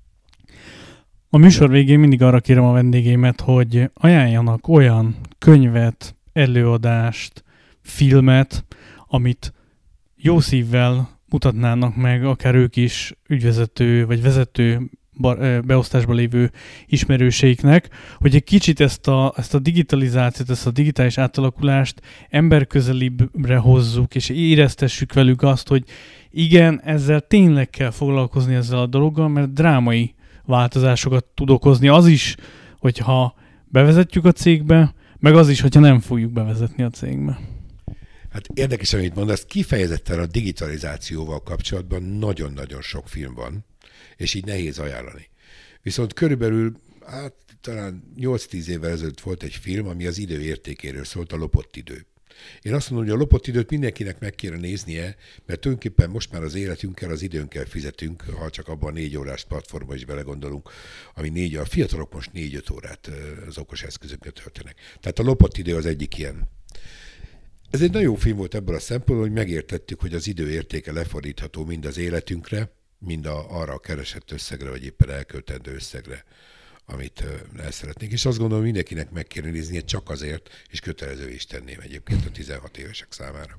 A műsor végén mindig arra kérem a vendégeimet, hogy ajánljanak olyan könyvet, előadást, filmet, amit jó szívvel mutatnának meg akár ők is ügyvezető vagy vezető beosztásban lévő ismerőseiknek, hogy egy kicsit ezt a digitalizációt, ezt a digitális átalakulást emberközelibbre hozzuk, és éreztessük velük azt, hogy igen, ezzel tényleg kell foglalkozni ezzel a dologgal, mert drámai változásokat tud okozni az is, hogyha bevezetjük a cégbe, meg az is, hogyha nem fogjuk bevezetni a cégbe. Hát érdekes, amit mondasz, kifejezetten a digitalizációval kapcsolatban nagyon-nagyon sok film van, és így nehéz ajánlani. Viszont körülbelül, talán 8-10 évvel ezelőtt volt egy film, ami az idő értékéről szólt, a Lopott idő. Én azt mondom, hogy a lopott időt mindenkinek meg kéne néznie, mert tulajdonképpen most már az életünkkel, az időnkkel fizetünk, ha csak abban a 4 órás platformba is belegondolunk, ami a fiatalok most 4-5 órát az okos eszközökre töltenek. Tehát a Lopott idő az egyik ilyen. Ez egy nagyon jó film volt ebből a szempontból, hogy megértettük, hogy az idő értéke lefordítható mind az életünkre, mind arra a keresett összegre, vagy éppen elköltendő összegre, amit el szeretnénk. És azt gondolom, mindenkinek meg kéne néznie csak azért, és kötelező is tenném egyébként a 16 évesek számára.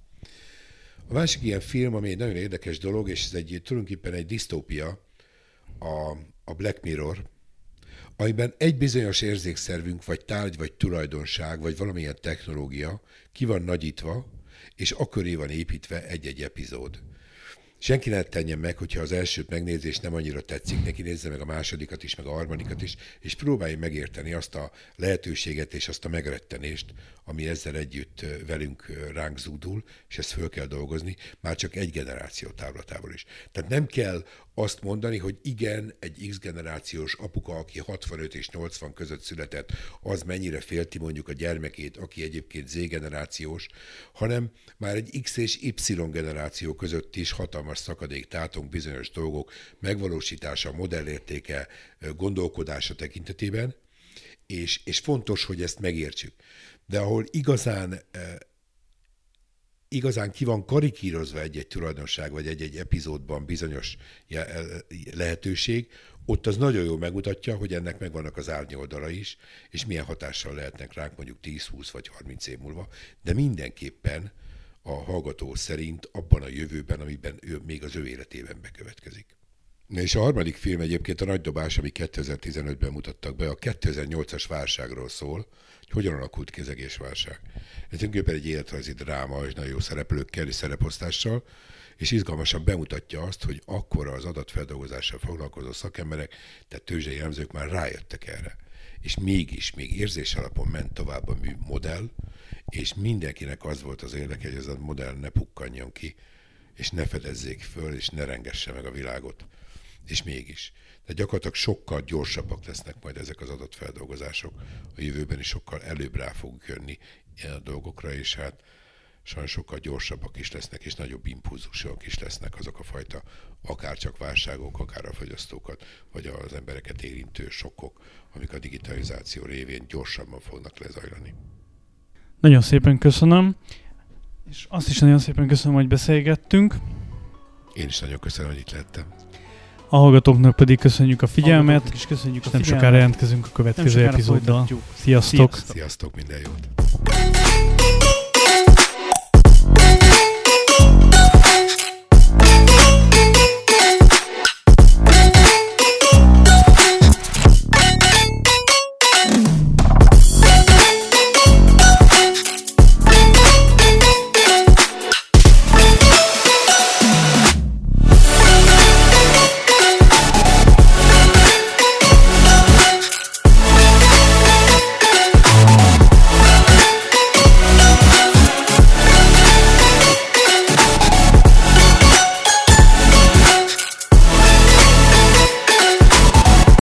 A másik ilyen film, ami egy nagyon érdekes dolog, és ez tulajdonképpen egy disztópia, a Black Mirror, amiben egy bizonyos érzékszervünk, vagy tárgy, vagy tulajdonság, vagy valamilyen technológia ki van nagyítva, és aköré van építve egy-egy epizód. Senki ne tenjen meg, hogyha az elsőt megnézi, és nem annyira tetszik neki, nézze meg a másodikat is, meg a harmadikat is, és próbálj megérteni azt a lehetőséget és azt a megrettenést, ami ezzel együtt velünk ránk zúdul, és ezt föl kell dolgozni, már csak egy generáció távlatából is. Tehát nem kell azt mondani, hogy igen, egy X generációs apuka, aki 65 és 80 között született, az mennyire félti mondjuk a gyermekét, aki egyébként Z generációs, hanem már egy X és Y generáció között is hatalmas szakadék tátong bizonyos dolgok megvalósítása, modellértéke, gondolkodása tekintetében, és fontos, hogy ezt megértsük. De ahol igazán ki van karikírozva egy-egy tulajdonság, vagy egy-egy epizódban bizonyos lehetőség, ott az nagyon jól megmutatja, hogy ennek megvannak az árnyoldala is, és milyen hatással lehetnek ránk mondjuk 10-20 vagy 30 év múlva, de mindenképpen a hallgató szerint abban a jövőben, amiben még az ő életében bekövetkezik. És a harmadik film egyébként a Nagy dobás, ami 2015-ben mutattak be, a 2008-as válságról szól, hogy hogyan alakult ki az egész válság. Ez tulajdonképpen egy életrajzi dráma, és nagyon jó szereplőkkel és szereposztással, és izgalmasan bemutatja azt, hogy akkora az adatfeldolgozással foglalkozó szakemberek, tehát tőzsdei elemzők már rájöttek erre. És mégis, még érzés alapon ment tovább a modell, és mindenkinek az volt az érdeke, hogy ez a modell ne pukkanjon ki, és ne fedezzék föl, és ne rengesse meg a világot. És mégis. De gyakorlatilag sokkal gyorsabbak lesznek majd ezek az adatfeldolgozások. A jövőben is sokkal előbb rá fogunk jönni ilyen a dolgokra, és hát sajnos sokkal gyorsabbak is lesznek, és nagyobb impulzusok is lesznek azok a fajta akár csak válságok, akár a fogyasztókat, vagy az embereket érintő sokkok, amik a digitalizáció révén gyorsabban fognak lezajlani. Nagyon szépen köszönöm, és azt is nagyon szépen köszönöm, hogy beszélgettünk. Én is nagyon köszönöm, hogy itt lettem. A hallgatóknak pedig köszönjük a figyelmet, és nem sokára jelentkezünk a következő epizóddal. Sziasztok! Sziasztok, minden jót!